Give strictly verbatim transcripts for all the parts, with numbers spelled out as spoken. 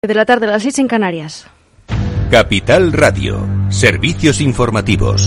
De la tarde a las seis en Canarias. Capital Radio, servicios informativos.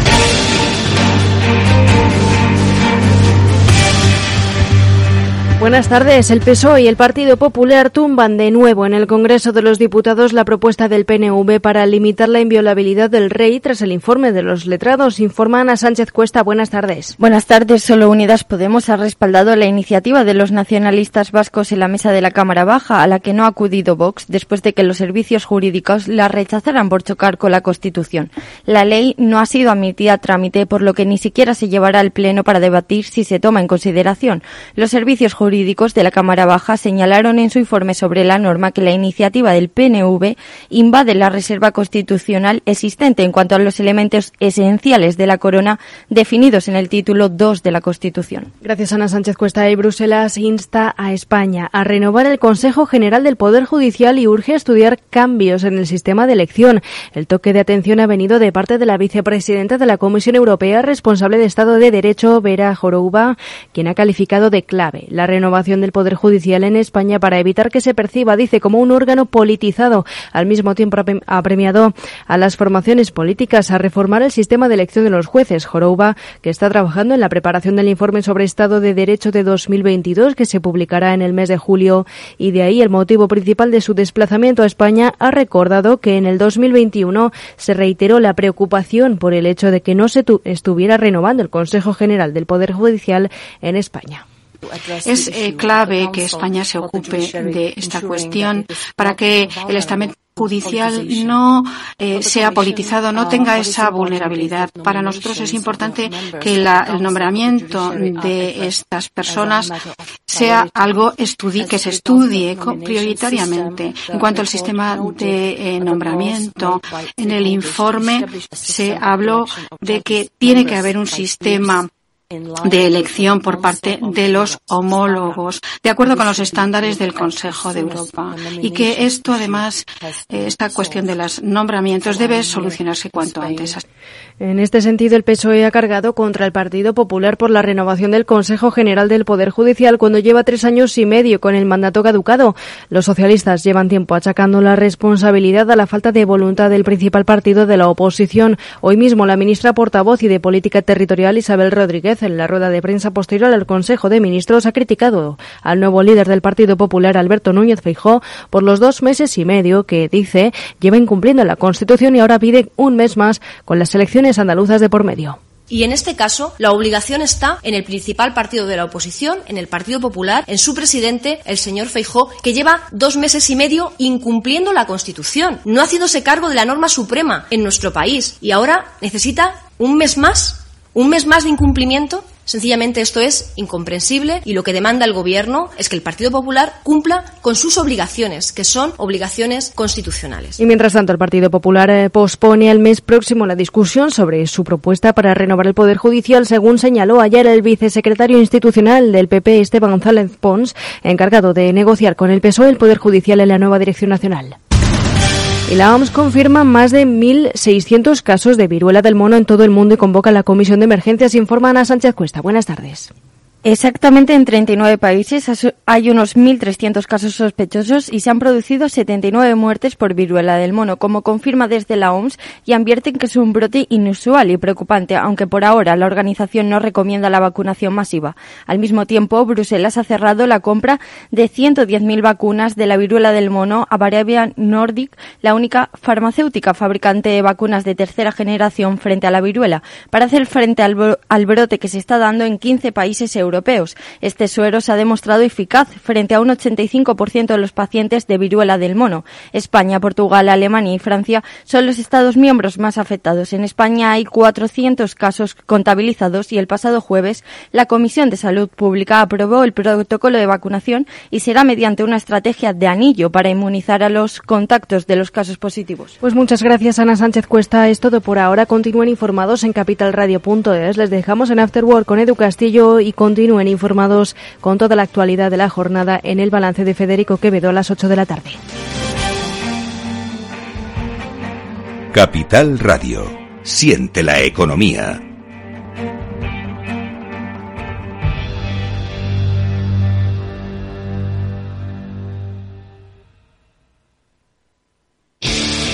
Buenas tardes. El P S O E y el Partido Popular tumban de nuevo en el Congreso de los Diputados la propuesta del P N V para limitar la inviolabilidad del rey tras el informe de los letrados. Informa Ana Sánchez Cuesta. Buenas tardes. Buenas tardes. Solo Unidas Podemos ha respaldado la iniciativa de los nacionalistas vascos en la mesa de la Cámara Baja, a la que no ha acudido Vox, después de que los servicios jurídicos la rechazaran por chocar con la Constitución. La ley no ha sido admitida a trámite, por lo que ni siquiera se llevará al Pleno para debatir si se toma en consideración. Los servicios jurídicos jurídicos de la Cámara Baja señalaron en su informe sobre la norma que la iniciativa del P N V invade la reserva constitucional existente en cuanto a los elementos esenciales de la corona definidos en el título dos de la Constitución. Gracias, Ana Sánchez Cuesta. Y Bruselas insta a España a renovar el Consejo General del Poder Judicial y urge estudiar cambios en el sistema de elección. El toque de atención ha venido de parte de la vicepresidenta de la Comisión Europea, responsable de Estado de Derecho, Vera Jourova, quien ha calificado de clave la renovación del Poder Judicial en España para evitar que se perciba, dice, como un órgano politizado. Al mismo tiempo ha premiado a las formaciones políticas a reformar el sistema de elección de los jueces. Jourova, que está trabajando en la preparación del informe sobre Estado de Derecho de dos mil veintidós, que se publicará en el mes de julio, y de ahí el motivo principal de su desplazamiento a España, ha recordado que en el dos mil veintiuno se reiteró la preocupación por el hecho de que no se estuviera renovando el Consejo General del Poder Judicial en España. Es eh, clave que España se ocupe de esta cuestión para que el estamento judicial no eh, sea politizado, no tenga esa vulnerabilidad. Para nosotros es importante que la, el nombramiento de estas personas sea algo estudi- que se estudie prioritariamente. En cuanto al sistema de eh, nombramiento, en el informe se habló de que tiene que haber un sistema de elección por parte de los homólogos, de acuerdo con los estándares del Consejo de Europa, y que esto, además, esta cuestión de los nombramientos debe solucionarse cuanto antes. En este sentido, el P S O E ha cargado contra el Partido Popular por la renovación del Consejo General del Poder Judicial cuando lleva tres años y medio con el mandato caducado. Los socialistas llevan tiempo achacando la responsabilidad a la falta de voluntad del principal partido de la oposición. Hoy mismo, la ministra portavoz y de Política Territorial, Isabel Rodríguez, en la rueda de prensa posterior al Consejo de Ministros, ha criticado al nuevo líder del Partido Popular, Alberto Núñez Feijóo, por los dos meses y medio que, dice, lleva incumpliendo la Constitución y ahora pide un mes más con las elecciones andaluzas de por medio. Y en este caso, la obligación está en el principal partido de la oposición, en el Partido Popular, en su presidente, el señor Feijóo, que lleva dos meses y medio incumpliendo la Constitución, no haciéndose cargo de la norma suprema en nuestro país. Y ahora necesita un mes más, un mes más de incumplimiento. Sencillamente esto es incomprensible y lo que demanda el Gobierno es que el Partido Popular cumpla con sus obligaciones, que son obligaciones constitucionales. Y mientras tanto, el Partido Popular eh, pospone al mes próximo la discusión sobre su propuesta para renovar el Poder Judicial, según señaló ayer el vicesecretario institucional del P P, Esteban González Pons, encargado de negociar con el P S O E el Poder Judicial en la nueva dirección nacional. Y la O M S confirma más de mil seiscientos casos de viruela del mono en todo el mundo y convoca a la Comisión de Emergencias, informa Ana Sánchez Cuesta. Buenas tardes. Exactamente, en treinta y nueve países hay unos mil trescientos casos sospechosos y se han producido setenta y nueve muertes por viruela del mono, como confirma desde la O M S, y advierten que es un brote inusual y preocupante, aunque por ahora la organización no recomienda la vacunación masiva. Al mismo tiempo, Bruselas ha cerrado la compra de ciento diez mil vacunas de la viruela del mono a Bavarian Nordic, la única farmacéutica fabricante de vacunas de tercera generación frente a la viruela, para hacer frente al, bro- al brote que se está dando en quince países europeos. europeos. Este suero se ha demostrado eficaz frente a un ochenta y cinco por ciento de los pacientes de viruela del mono. España, Portugal, Alemania y Francia son los Estados miembros más afectados. En España hay cuatrocientos casos contabilizados y el pasado jueves la Comisión de Salud Pública aprobó el protocolo de vacunación y será mediante una estrategia de anillo para inmunizar a los contactos de los casos positivos. Pues muchas gracias, Ana Sánchez Cuesta. Es todo por ahora. Continúen informados en capital radio punto es. Les dejamos en After Work con Edu Castillo y continúen informados con toda la actualidad de la jornada en el balance de Federico Quevedo a las ocho de la tarde. Capital Radio. Siente la economía.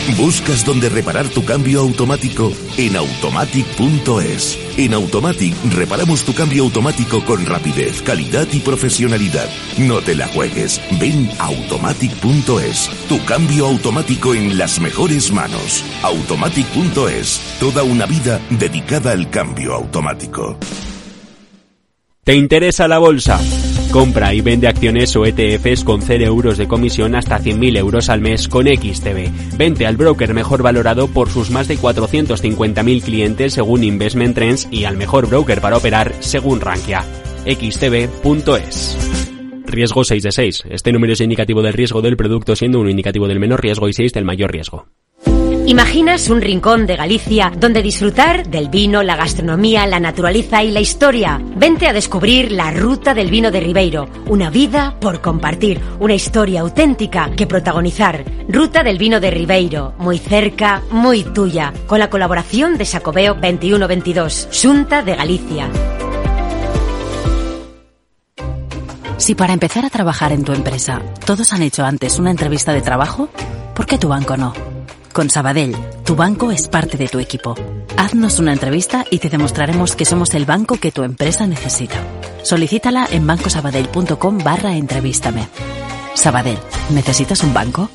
¿Buscas dónde reparar tu cambio automático? En automatic punto es. En Automatic reparamos tu cambio automático con rapidez, calidad y profesionalidad. No te la juegues. Ven a automatic punto es. Tu cambio automático en las mejores manos. automatic punto es. Toda una vida dedicada al cambio automático. ¿Te interesa la bolsa? Compra y vende acciones o E T Efes con cero euros de comisión hasta cien mil euros al mes con X T B. Vente al broker mejor valorado por sus más de cuatrocientos cincuenta mil clientes según Investment Trends y al mejor broker para operar según Rankia. equis te be punto es. Riesgo seis de seis. Este número es indicativo del riesgo del producto, siendo uno indicativo del menor riesgo y seis del mayor riesgo. ¿Imaginas un rincón de Galicia donde disfrutar del vino, la gastronomía, la naturaleza y la historia? Vente a descubrir la Ruta del Vino de Ribeiro, una vida por compartir, una historia auténtica que protagonizar. Ruta del Vino de Ribeiro, muy cerca, muy tuya, con la colaboración de Xacobeo veintiuno veintidós, Xunta de Galicia. Si para empezar a trabajar en tu empresa todos han hecho antes una entrevista de trabajo, ¿por qué tu banco no? Con Sabadell, tu banco es parte de tu equipo. Haznos una entrevista y te demostraremos que somos el banco que tu empresa necesita. Solicítala en bancosabadell.com barra entrevístame. Sabadell, ¿necesitas un banco?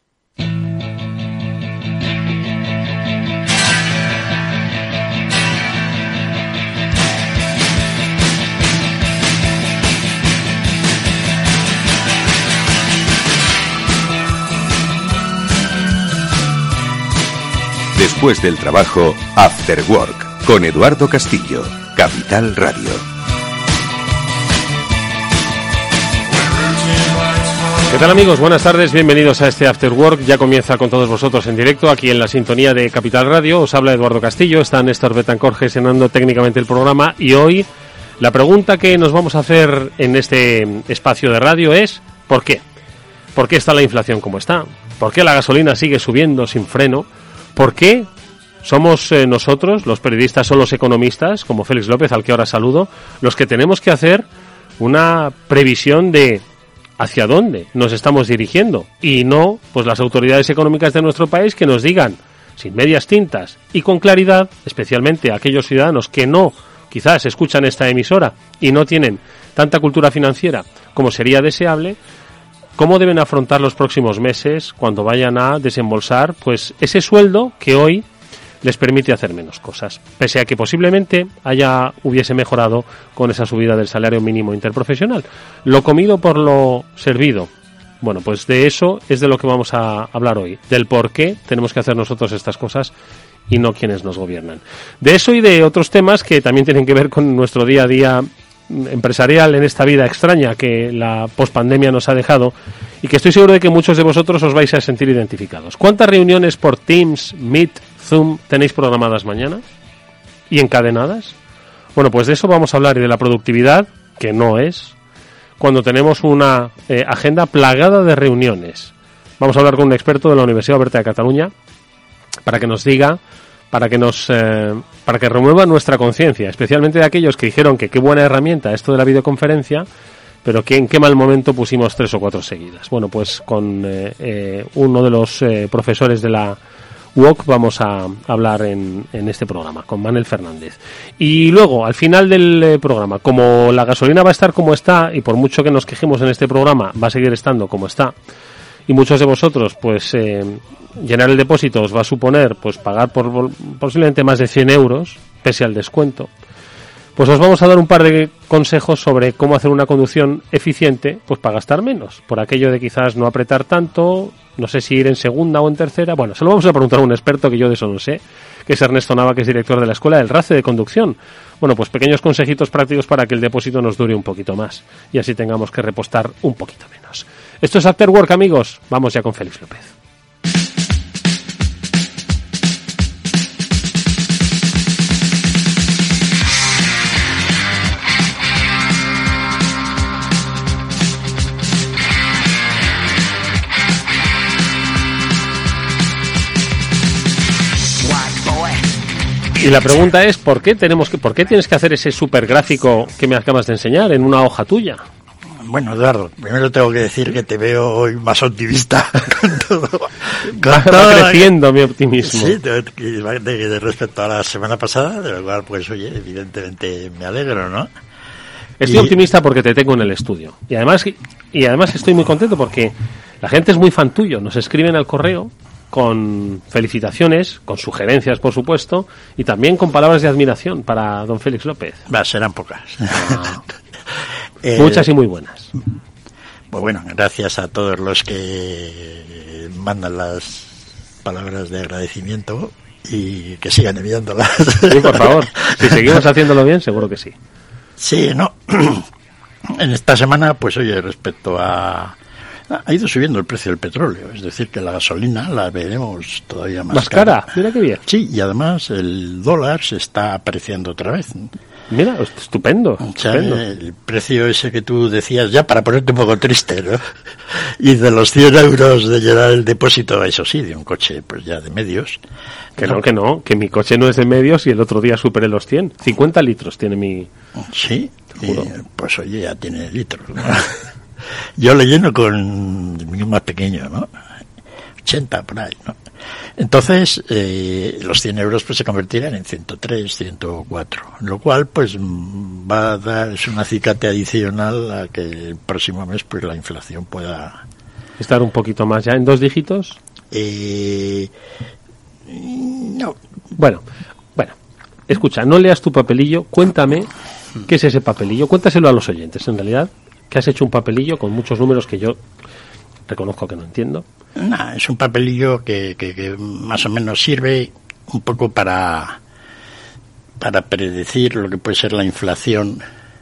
Después del trabajo, After Work, con Eduardo Castillo, Capital Radio. ¿Qué tal, amigos? Buenas tardes, bienvenidos a este After Work. Ya comienza con todos vosotros en directo, aquí en la sintonía de Capital Radio. Os habla Eduardo Castillo, está Néstor Betancor gestionando técnicamente el programa. Y hoy, la pregunta que nos vamos a hacer en este espacio de radio es ¿por qué? ¿Por qué está la inflación como está? ¿Por qué la gasolina sigue subiendo sin freno? ¿Por qué somos eh, nosotros, los periodistas o los economistas, como Félix López, al que ahora saludo, los que tenemos que hacer una previsión de hacia dónde nos estamos dirigiendo? Y no, pues las autoridades económicas de nuestro país que nos digan, sin medias tintas y con claridad, especialmente a aquellos ciudadanos que no, quizás escuchan esta emisora y no tienen tanta cultura financiera como sería deseable, cómo deben afrontar los próximos meses cuando vayan a desembolsar pues ese sueldo que hoy les permite hacer menos cosas, pese a que posiblemente haya hubiese mejorado con esa subida del salario mínimo interprofesional. Lo comido por lo servido. Bueno, pues de eso es de lo que vamos a hablar hoy, del por qué tenemos que hacer nosotros estas cosas y no quienes nos gobiernan. De eso y de otros temas que también tienen que ver con nuestro día a día empresarial en esta vida extraña que la pospandemia nos ha dejado y que estoy seguro de que muchos de vosotros os vais a sentir identificados. ¿Cuántas reuniones por Teams, Meet, Zoom tenéis programadas mañana y encadenadas? Bueno, pues de eso vamos a hablar y de la productividad, que no es, cuando tenemos una eh, agenda plagada de reuniones. Vamos a hablar con un experto de la Universidad Oberta de Cataluña para que nos diga para que nos eh, para que remueva nuestra conciencia, especialmente de aquellos que dijeron que qué buena herramienta esto de la videoconferencia, pero que en qué mal momento pusimos tres o cuatro seguidas. Bueno, pues con eh, eh, uno de los eh, profesores de la U O C vamos a hablar en, en este programa, con Manel Fernández. Y luego, al final del eh, programa, como la gasolina va a estar como está, y por mucho que nos quejemos en este programa, va a seguir estando como está, y muchos de vosotros, pues, eh, llenar el depósito os va a suponer, pues, pagar por posiblemente más de cien euros, pese al descuento, pues os vamos a dar un par de consejos sobre cómo hacer una conducción eficiente, pues, para gastar menos, por aquello de quizás no apretar tanto, no sé si ir en segunda o en tercera. Bueno, se lo vamos a preguntar a un experto que yo de eso no sé, que es Ernesto Nava, que es director de la Escuela del RACE de Conducción. Bueno, pues pequeños consejitos prácticos para que el depósito nos dure un poquito más y así tengamos que repostar un poquito menos. Esto es After Work, amigos. Vamos ya con Félix López. Y la pregunta es, ¿por qué tenemos que, por qué tienes que hacer ese super gráfico que me acabas de enseñar en una hoja tuya? Bueno, Eduardo, primero tengo que decir que te veo hoy más optimista. Con todo, con va, todo, va creciendo mi optimismo. Sí, de, de, de, respecto a la semana pasada, de lo cual, pues, oye, evidentemente me alegro, ¿no? Estoy y... optimista porque te tengo en el estudio. Y además, y además estoy muy contento porque la gente es muy fan tuyo. Nos escriben al correo con felicitaciones, con sugerencias, por supuesto, y también con palabras de admiración para don Félix López. Va, serán pocas. Ah. Eh, Muchas y muy buenas. Pues bueno, gracias a todos los que mandan las palabras de agradecimiento y que sigan enviándolas. Sí, por favor. Si seguimos haciéndolo bien, seguro que sí. Sí, no. En esta semana, pues oye, respecto a... Ha ido subiendo el precio del petróleo, es decir, que la gasolina la veremos todavía más, más cara. cara. Mira qué bien. Sí, y además el dólar se está apreciando otra vez. Mira, estupendo, o sea, estupendo. El precio ese que tú decías, ya para ponerte un poco triste, ¿no? Y de los cien euros de llenar el depósito, eso sí, de un coche pues ya de medios. Que no, no, que no, que mi coche no es de medios y el otro día superé los cien. cincuenta litros tiene mi... Sí, y, pues oye, ya tiene litros, ¿no? Yo le lleno con el mío más pequeño, ¿no? ochenta por ahí, ¿no? Entonces, eh, los cien euros pues se convertirán en ciento tres, ciento cuatro, lo cual pues va a dar es un acicate adicional a que el próximo mes pues la inflación pueda... ¿Estar un poquito más ya en dos dígitos? Eh, no. Bueno, bueno, escucha, no leas tu papelillo, cuéntame qué es ese papelillo, cuéntaselo a los oyentes en realidad, que has hecho un papelillo con muchos números que yo reconozco que no entiendo. Nah, es un papelillo que, que, que más o menos sirve un poco para para predecir lo que puede ser la inflación,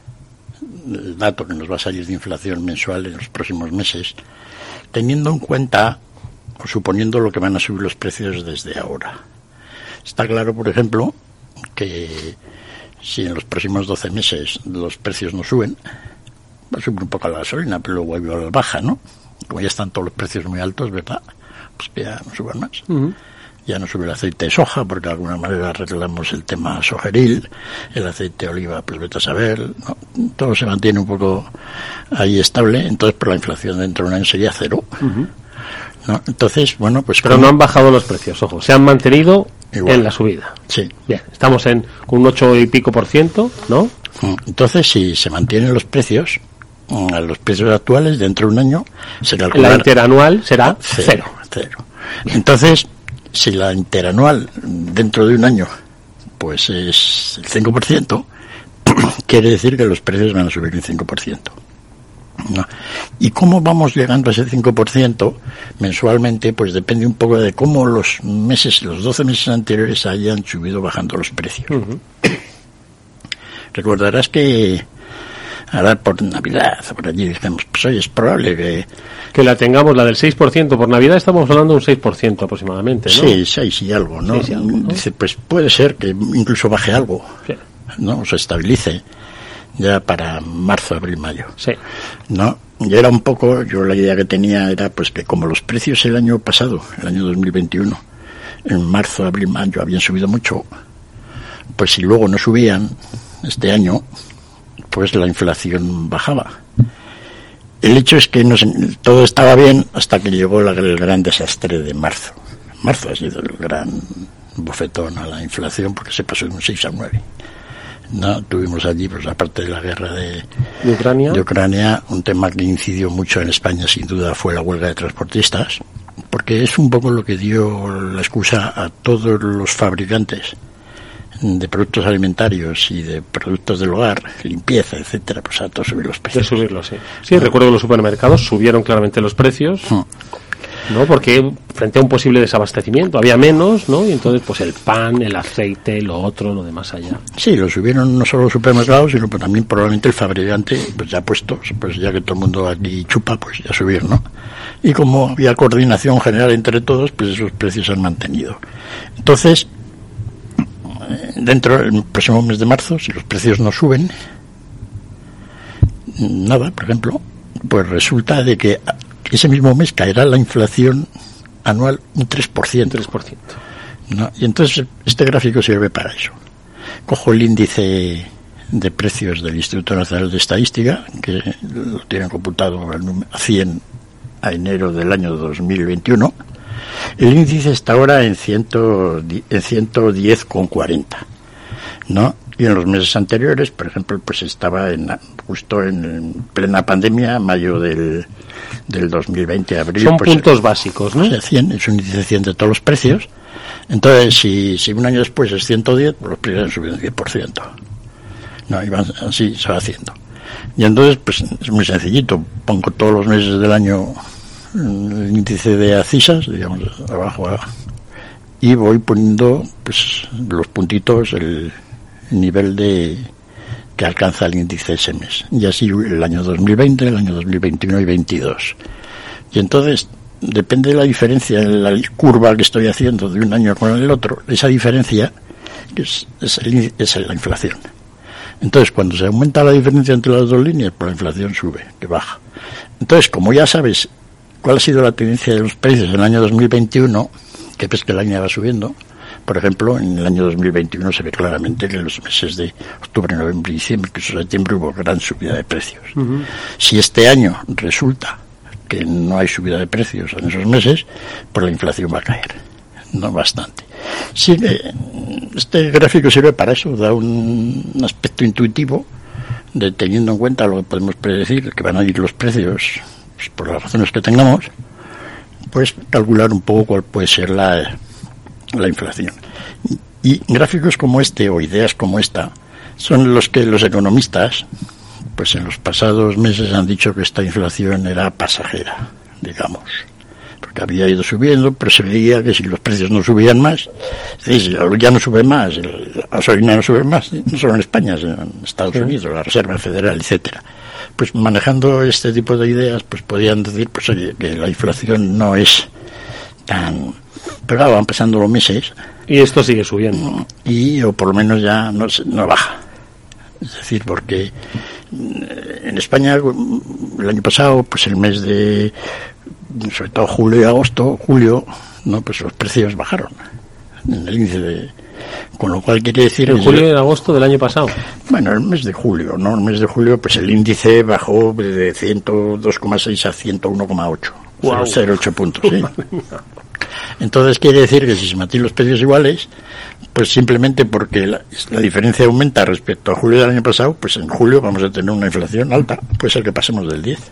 el dato que nos va a salir de inflación mensual en los próximos meses, teniendo en cuenta o suponiendo lo que van a subir los precios desde ahora. Está claro, por ejemplo, que si en los próximos doce meses los precios no suben, va a subir un poco la gasolina, pero luego igual baja, ¿no? Como ya están todos los precios muy altos, ¿verdad? Pues que ya no suban más. Uh-huh. Ya no sube el aceite de soja, porque de alguna manera arreglamos el tema sojeril, el aceite de oliva, pues vete a saber, ¿no? Todo se mantiene un poco ahí estable, entonces por la inflación dentro de un año sería cero. Uh-huh. ¿No? Entonces, bueno, pues... Pero como... no han bajado los precios, ojo, se han mantenido igual en la subida. Sí. Bien, estamos en un ocho y pico por ciento, ¿no? Entonces, si se mantienen los precios... a los precios actuales, dentro de un año se calculará... La interanual será cero. Cero. Entonces, si la interanual dentro de un año pues es el cinco por ciento, quiere decir que los precios van a subir un cinco por ciento. ¿No? ¿Y cómo vamos llegando a ese cinco por ciento mensualmente? Pues depende un poco de cómo los meses, los doce meses anteriores hayan subido bajando los precios. Uh-huh. Recordarás que ahora por Navidad, por allí dijimos, pues oye, es probable que... Que la tengamos, la del seis por ciento. Por Navidad estamos hablando de un seis por ciento aproximadamente, ¿no? Sí, seis y algo, ¿no? Sí, algo, ¿no? Dice, pues puede ser que incluso baje algo, sí, ¿no? O se estabilice ya para marzo, abril, mayo. Sí. ¿No? Y era un poco, yo la idea que tenía era pues que como los precios el año pasado, el año dos mil veintiuno, en marzo, abril, mayo habían subido mucho, pues si luego no subían este año, pues la inflación bajaba. El hecho es que no se, todo estaba bien hasta que llegó la, el gran desastre de marzo. Marzo ha sido el gran bofetón a la inflación porque se pasó de un seis a un nueve. ¿No? Tuvimos allí, pues aparte de la guerra de, ¿De Ucrania? de Ucrania, un tema que incidió mucho en España sin duda fue la huelga de transportistas, porque es un poco lo que dio la excusa a todos los fabricantes de productos alimentarios y de productos del hogar, limpieza, etcétera, pues a todos subir los precios. De subirlos, sí. Sí, ¿no? Recuerdo que los supermercados subieron claramente los precios, ¿no? ¿no? Porque frente a un posible desabastecimiento había menos, ¿no? Y entonces, pues el pan, el aceite, lo otro, lo de más allá. Sí, lo subieron no solo los supermercados, sino pues también probablemente el fabricante, pues ya puestos, pues ya que todo el mundo aquí chupa, pues ya subir, ¿no? Y como había coordinación general entre todos, pues esos precios se han mantenido. Entonces, dentro del próximo mes de marzo, si los precios no suben nada, por ejemplo, pues resulta de que ese mismo mes caerá la inflación anual un tres por ciento. tres por ciento. ¿No? Y entonces este gráfico sirve para eso. Cojo el índice de precios del Instituto Nacional de Estadística, que lo tienen computado a cien a enero del año dos mil veintiuno. El índice está ahora en, en ciento diez coma cuarenta, ¿no? Y en los meses anteriores, por ejemplo, pues estaba en, justo en plena pandemia, mayo del, del dos mil veinte, abril. Son pues, puntos básicos, ¿no? O sea, cien, es un índice de cien de todos los precios. Entonces, si, si un año después es ciento diez, pues los precios han subido un diez por ciento. No, y van, así se va haciendo. Y entonces, pues es muy sencillito. Pongo todos los meses del año el índice de ACISAS, digamos, abajo, abajo, y voy poniendo pues los puntitos, el nivel de que alcanza el índice ese mes, y así el año dos mil veinte, el año dos mil veintiuno y veintidós. Y entonces depende de la diferencia en la curva que estoy haciendo de un año con el otro, esa diferencia es, es, el, es la inflación. Entonces, cuando se aumenta la diferencia entre las dos líneas, pues la inflación sube, que baja. Entonces, como ya sabes cuál ha sido la tendencia de los precios en el año dos mil veintiuno, que ves que la línea va subiendo. Por ejemplo, en el año dos mil veintiuno se ve claramente que en los meses de octubre, noviembre y diciembre, incluso septiembre, hubo gran subida de precios. Uh-huh. Si este año resulta que no hay subida de precios en esos meses, pues la inflación va a caer, no bastante. Sí, este gráfico sirve para eso, da un aspecto intuitivo de, teniendo en cuenta lo que podemos predecir, que van a ir los precios, pues, por las razones que tengamos, pues calcular un poco cuál puede ser la, la inflación. Y gráficos como este o ideas como esta son los que los economistas, pues en los pasados meses han dicho que esta inflación era pasajera, digamos, porque había ido subiendo, pero se veía que si los precios no subían más, es decir, ya no sube más, la gasolina no sube más, no solo en España, sino en Estados Unidos, la Reserva Federal, etcétera. Pues manejando este tipo de ideas, pues podían decir, pues oye, que la inflación no es tan... Pero claro, van pasando los meses. Y esto sigue subiendo. Y, o por lo menos ya no, no baja. Es decir, porque en España, el año pasado, pues el mes de, sobre todo julio y agosto, julio, no, pues los precios bajaron en el índice de... Con lo cual quiere decir... ¿En julio y en agosto del año pasado? Bueno, el mes de julio, ¿no? El mes de julio, pues el índice bajó de ciento dos coma seis a ciento uno coma ocho. Wow. cero coma ocho puntos, ¿sí? Entonces quiere decir que si se mantienen los precios iguales, pues simplemente porque la, la diferencia aumenta respecto a julio del año pasado, pues en julio vamos a tener una inflación alta. Puede ser que pasemos del diez.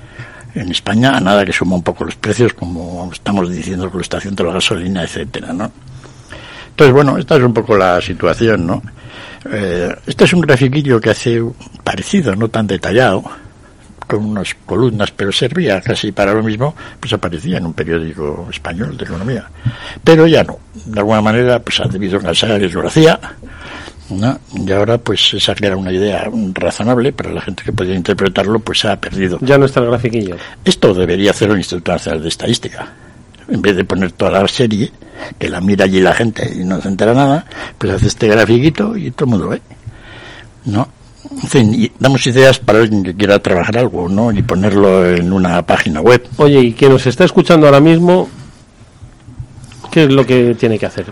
En España, a nada que suma un poco los precios, como estamos diciendo, que lo está haciendo la gasolina, etcétera, ¿no? Entonces, bueno, esta es un poco la situación, ¿no? Eh, este es un grafiquillo que hace parecido, no tan detallado, con unas columnas, pero servía casi para lo mismo, pues aparecía en un periódico español de economía. Pero ya no. De alguna manera, pues ha debido cansar que lo hacía, ¿no? Y ahora, pues esa que era una idea razonable para la gente que podía interpretarlo, pues se ha perdido. Ya no está el grafiquillo. Esto debería hacerlo el Instituto Nacional de Estadística. En vez de poner toda la serie, que la mira allí la gente y no se entera nada, pues hace este grafiquito y todo el mundo lo ve, ¿no? En fin, y damos ideas para alguien que quiera trabajar algo, ¿no? Y ponerlo en una página web. Oye, y quien nos está escuchando ahora mismo, ¿qué es lo que tiene que hacer?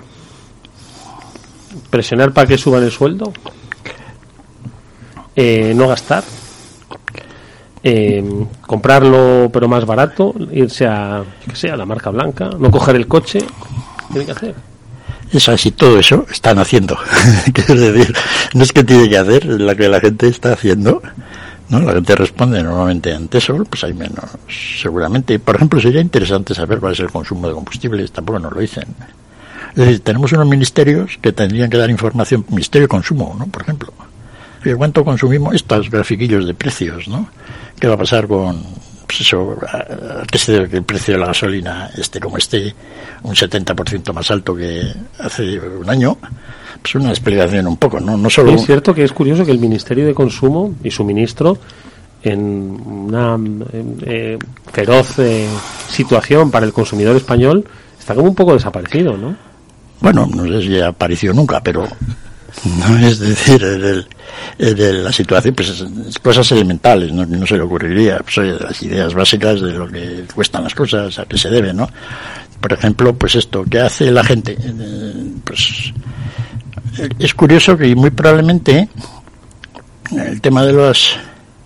¿Presionar para que suban el sueldo? Eh, ¿No gastar? Eh, comprarlo pero más barato, irse a, que sea, la marca blanca, no coger el coche? ¿Qué tiene que hacer? Es así, todo eso están haciendo. Quiero decir, no es que tiene que hacer, es la que la gente está haciendo, ¿no? La gente responde normalmente ante eso, pues hay menos, seguramente. Por ejemplo, sería interesante saber cuál es el consumo de combustibles, tampoco nos lo dicen. Es decir, tenemos unos ministerios que tendrían que dar información, Ministerio de Consumo, ¿no? Por ejemplo. ¿Cuánto consumimos? Estos grafiquillos de precios, ¿no? ¿Qué va a pasar con, pues eso, a, a que se debe que el precio de la gasolina esté como esté, un setenta por ciento más alto que hace un año? Pues una explicación un poco, ¿no? No solo... Es cierto que es curioso que el Ministerio de Consumo y su ministro, en una eh, feroz eh, situación para el consumidor español, está como un poco desaparecido, ¿no? Bueno, no sé si apareció nunca, pero... No, es decir, en, el, en el, la situación, pues es, cosas elementales, ¿no? No se le ocurriría, pues oye, las ideas básicas de lo que cuestan las cosas, a qué se debe, ¿no? Por ejemplo, pues esto, ¿qué hace la gente? Eh, pues es curioso que muy probablemente el tema de los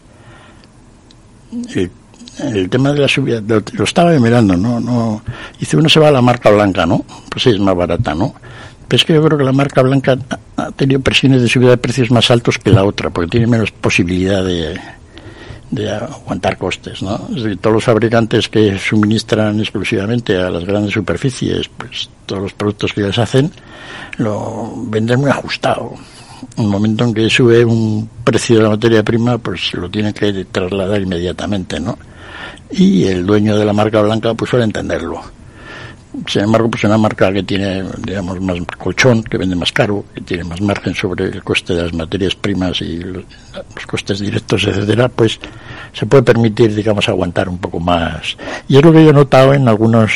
el, el tema de la subida lo, lo estaba mirando, no no dice uno se va a la marca blanca, ¿no? Pues sí, es más barata, ¿no? Pero es que yo creo que la marca blanca ha tenido presiones de subida de precios más altos que la otra, porque tiene menos posibilidad de de aguantar costes, ¿no? Es decir, todos los fabricantes que suministran exclusivamente a las grandes superficies, pues todos los productos que les hacen, lo venden muy ajustado. En el momento en que sube un precio de la materia prima, pues lo tiene que trasladar inmediatamente, ¿no? Y el dueño de la marca blanca, pues suele entenderlo. Sin embargo, pues una marca que tiene, digamos, más colchón, que vende más caro, que tiene más margen sobre el coste de las materias primas y los, los costes directos, etcétera, pues se puede permitir, digamos, aguantar un poco más. Y es lo que yo he notado en algunos,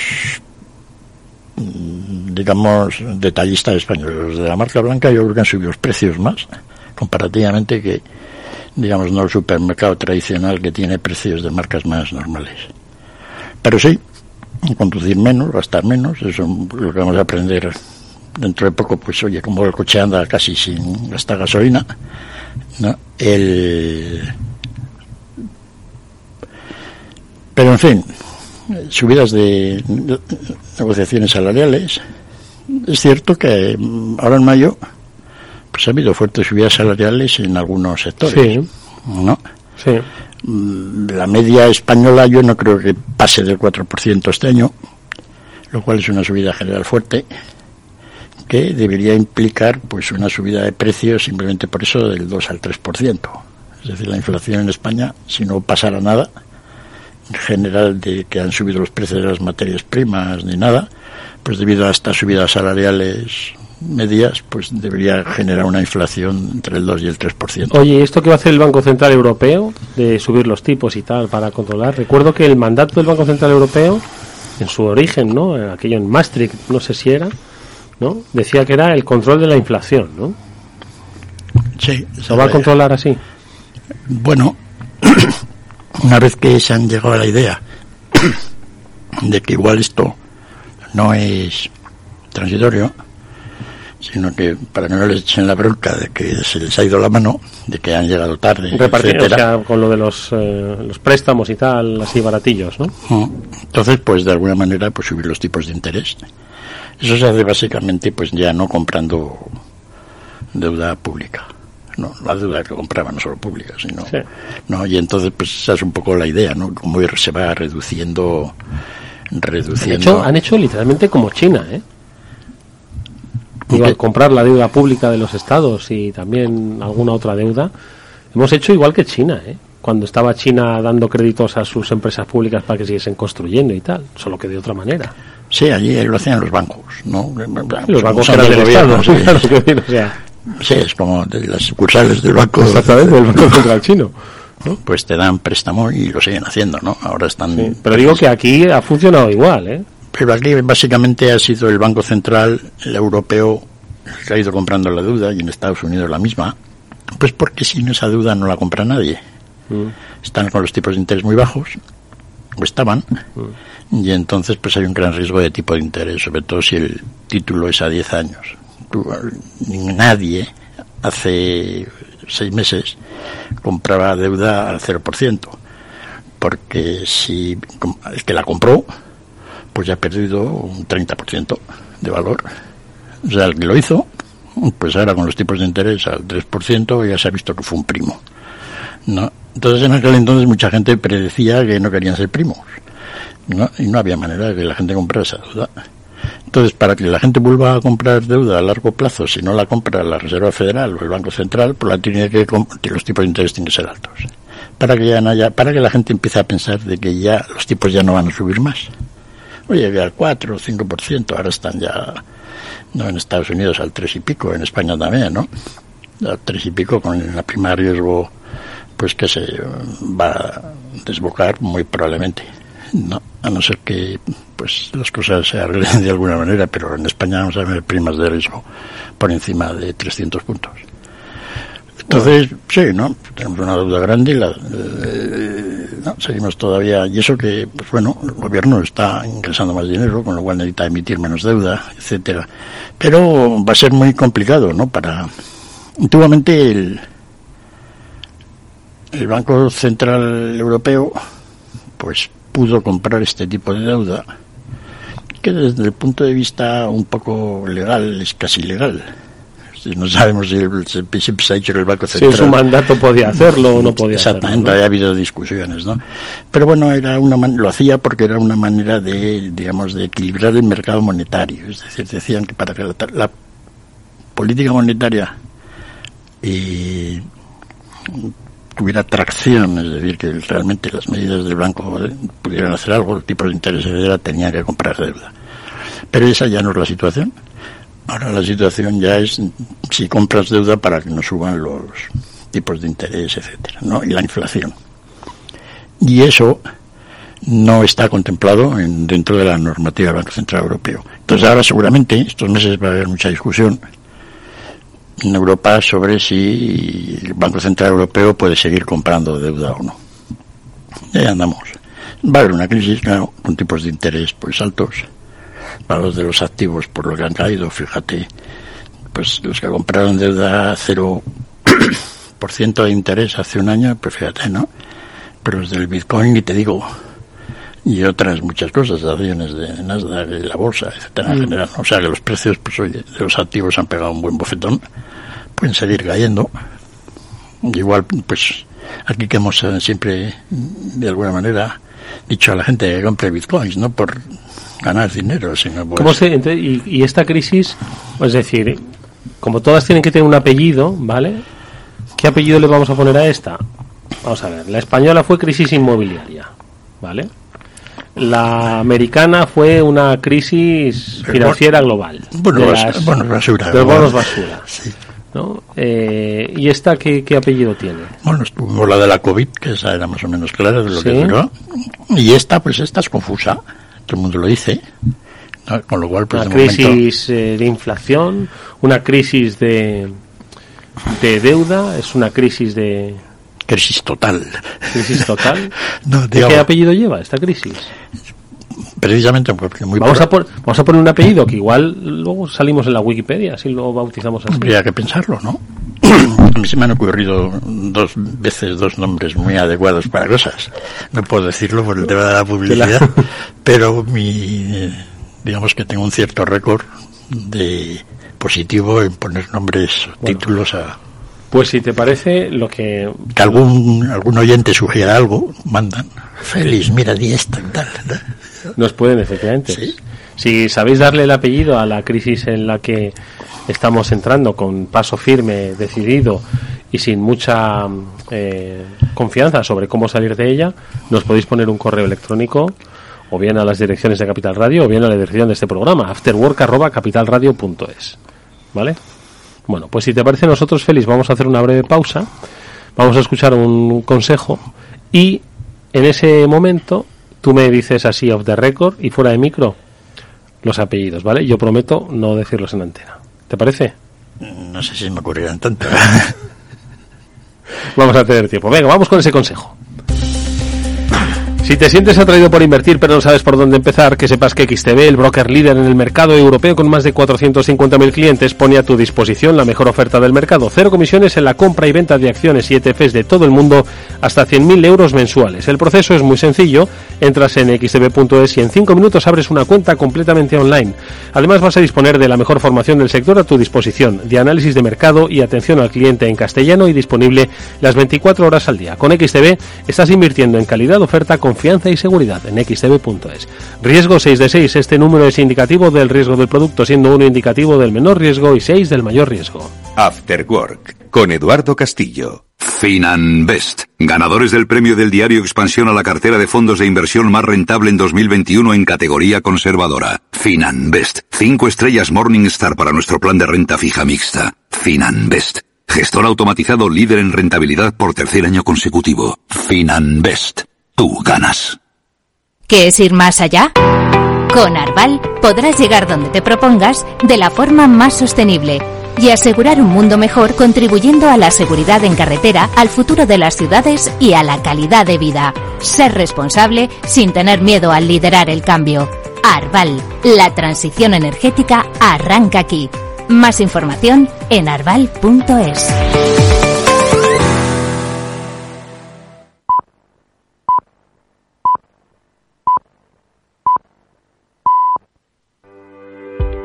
digamos, detallistas españoles. Los de la marca blanca yo creo que han subido los precios más, comparativamente que, digamos, no el supermercado tradicional que tiene precios de marcas más normales. Pero sí, conducir menos, gastar menos, eso es lo que vamos a aprender dentro de poco. Pues oye, como el coche anda casi sin gastar gasolina, ¿no? El... Pero en fin, subidas de negociaciones salariales. Es cierto que ahora en mayo pues ha habido fuertes subidas salariales en algunos sectores, sí, ¿no? Sí. La media española yo no creo que pase del cuatro por ciento este año, lo cual es una subida general fuerte que debería implicar pues una subida de precios simplemente por eso del dos al tres por ciento. Es decir, la inflación en España, si no pasara nada en general de que han subido los precios de las materias primas ni nada, pues debido a estas subidas salariales medias, pues debería generar una inflación entre el dos y el tres por ciento. Oye, ¿esto qué va a hacer el Banco Central Europeo de subir los tipos y tal para controlar? Recuerdo que el mandato del Banco Central Europeo, en su origen, ¿no? Aquello en Maastricht, no sé si era, ¿no? Decía que era el control de la inflación, ¿no? Sí. ¿Lo va a controlar así? Bueno, una vez que se han llegado a la idea de que igual esto no es transitorio, sino que para que no les echen la bronca de que se les ha ido la mano, de que han llegado tarde, repartir, etcétera. O sea, con lo de los eh, los préstamos y tal, así baratillos, ¿no? Entonces, pues de alguna manera, pues subir los tipos de interés. Eso se hace básicamente, pues ya no comprando deuda pública, no, la deuda que compraban no solo pública, sino, sí. no, y entonces, pues esa es un poco la idea, ¿no? Cómo se va reduciendo, reduciendo. Han hecho, han hecho literalmente como China, ¿eh? Digo, al comprar la deuda pública de los estados y también alguna otra deuda, hemos hecho igual que China, ¿eh? Cuando estaba China dando créditos a sus empresas públicas para que siguiesen construyendo y tal, solo que de otra manera. Sí, allí lo hacían los bancos, ¿no? Los bancos eran del gobierno, sí. Claro, o sea. Sí, es como de las sucursales del banco. Exactamente, del Banco Central Chino, ¿no? Pues te dan préstamo y lo siguen haciendo, ¿no? Ahora están... Sí, pero digo que aquí ha funcionado igual, ¿eh? Pero aquí básicamente ha sido el Banco Central, el europeo, el que ha ido comprando la deuda, y en Estados Unidos la misma, pues porque si no, esa deuda no la compra nadie. Mm. Están con los tipos de interés muy bajos, o estaban, mm. y entonces pues hay un gran riesgo de tipo de interés, sobre todo si el título es a diez años. Tú, nadie hace seis meses compraba deuda al cero por ciento, porque si el que la compró pues ya ha perdido un treinta por ciento de valor. O sea, el que lo hizo, pues ahora con los tipos de interés al tres por ciento ya se ha visto que fue un primo, ¿no? Entonces en aquel entonces mucha gente predecía que no querían ser primos, ¿no? Y no había manera de que la gente comprara esa deuda. Entonces, para que la gente vuelva a comprar deuda a largo plazo, si no la compra la Reserva Federal o el Banco Central, pues la tiene que los tipos de interés tienen que ser altos. Para que ya no haya, para que la gente empiece a pensar de que ya los tipos ya no van a subir más. Oye, que al cuatro o cinco por ciento, ahora están ya, no, en Estados Unidos al tres y pico, en España también, ¿no? Al tres y pico, con la prima de riesgo, pues que se va a desbocar muy probablemente, ¿no? A no ser que pues las cosas se arreglen de alguna manera, pero en España vamos a ver primas de riesgo por encima de trescientos puntos. Entonces, sí, ¿no? Tenemos una deuda grande y la, eh, no, seguimos todavía, y eso que, pues bueno, el gobierno está ingresando más dinero, con lo cual necesita emitir menos deuda, etcétera. Pero va a ser muy complicado, ¿no? Para, antiguamente el, el Banco Central Europeo pues pudo comprar este tipo de deuda que desde el punto de vista un poco legal es casi legal. No sabemos si el, siempre se ha dicho que el Banco Central... Si su mandato podía hacerlo o no podía exactamente, hacerlo, ¿no? Ha habido discusiones, ¿no? Pero bueno, era una man- lo hacía porque era una manera de, digamos, de equilibrar el mercado monetario. Es decir, decían que para que la, la política monetaria eh, tuviera tracción, es decir, que realmente las medidas del banco pudieran hacer algo, el tipo de interés etcétera, tenía que comprar deuda. Pero esa ya no es la situación. Ahora la situación ya es si compras deuda para que no suban los tipos de interés, etcétera, ¿no? Y la inflación. Y eso no está contemplado en, dentro de la normativa del Banco Central Europeo. Entonces ahora seguramente, estos meses va a haber mucha discusión en Europa sobre si el Banco Central Europeo puede seguir comprando deuda o no. Y ahí andamos. Va a haber una crisis, claro, con tipos de interés pues altos. Para los de los activos, por lo que han caído, fíjate, pues los que compraron deuda a cero por ciento de interés hace un año, pues fíjate, ¿no? Pero los del Bitcoin, y te digo, y otras muchas cosas, acciones de Nasdaq, de la bolsa, etcétera, en general. O sea que los precios, pues oye, de los activos han pegado un buen bofetón, pueden seguir cayendo. Igual, pues, aquí que hemos siempre, de alguna manera, dicho a la gente que compre Bitcoins, ¿no? Por ganar dinero, sino pues... ¿Cómo se, entonces, y, y esta crisis, es decir, como todas tienen que tener un apellido, ¿vale? ¿Qué apellido le vamos a poner a esta? Vamos a ver, la española fue crisis inmobiliaria, ¿vale? La americana fue una crisis financiera global. Bueno, de bas, las, bueno basura. De los bonos basura. Sí. ¿No? Eh, ¿Y esta qué, qué apellido tiene? Bueno, estuvo la de la COVID, que esa era más o menos clara de lo ¿Sí? que duró. Y esta, pues esta es confusa. Todo el mundo lo dice, ¿no? Con lo cual, pues, una de crisis momento... eh, de inflación, una crisis de de deuda, es una crisis de crisis total. Crisis total. No, ¿De qué apellido lleva esta crisis? Precisamente porque muy vamos a, por, vamos a poner un apellido que igual luego salimos en la Wikipedia, así lo bautizamos así. Habría que pensarlo, ¿no? A mí se me han ocurrido dos veces dos nombres muy adecuados para cosas. No puedo decirlo por el tema de la publicidad, la... pero mi, digamos que tengo un cierto récord de positivo en poner nombres o bueno, títulos a... Pues si te parece, lo que... Que algún, algún oyente sugiera algo, mandan. Feliz, mira, di esto y tal. Nos pueden, efectivamente. ¿Sí? Si sabéis darle el apellido a la crisis en la que estamos entrando con paso firme, decidido y sin mucha eh, confianza sobre cómo salir de ella, nos podéis poner un correo electrónico o bien a las direcciones de Capital Radio o bien a la dirección de este programa, afterwork arroba capitalradio punto es. ¿Vale? Bueno, pues si te parece, nosotros, Félix, vamos a hacer una breve pausa, vamos a escuchar un consejo y en ese momento tú me dices así off the record y fuera de micro los apellidos, ¿vale? Yo prometo no decirlos en antena. ¿Te parece? No sé si me ocurrirán tanto. Vamos a tener tiempo. Venga, vamos con ese consejo. Si te sientes atraído por invertir pero no sabes por dónde empezar, que sepas que X T B, el broker líder en el mercado europeo con más de cuatrocientos cincuenta mil clientes, pone a tu disposición la mejor oferta del mercado. Cero comisiones en la compra y venta de acciones y E T Fs de todo el mundo hasta cien mil euros mensuales. El proceso es muy sencillo. Entras en equis te be punto es y en cinco minutos abres una cuenta completamente online. Además vas a disponer de la mejor formación del sector a tu disposición, de análisis de mercado y atención al cliente en castellano y disponible las veinticuatro horas al día. Con X T B estás invirtiendo en calidad, oferta, confianza y seguridad en equis te be punto es. Riesgo seis de seis. Este número es indicativo del riesgo del producto, siendo uno indicativo del menor riesgo y seis del mayor riesgo. After Work con Eduardo Castillo. Finanbest, ganadores del premio del diario Expansión a la cartera de fondos de inversión más rentable en dos mil veintiuno en categoría conservadora. Finanbest, cinco estrellas Morningstar para nuestro plan de renta fija mixta. Finanbest, gestor automatizado líder en rentabilidad por tercer año consecutivo. Finanbest, tú ganas. ¿Qué es ir más allá? Con Arval podrás llegar donde te propongas de la forma más sostenible y asegurar un mundo mejor, contribuyendo a la seguridad en carretera, al futuro de las ciudades y a la calidad de vida. Ser responsable sin tener miedo al liderar el cambio. Arval, la transición energética arranca aquí. Más información en arval punto es.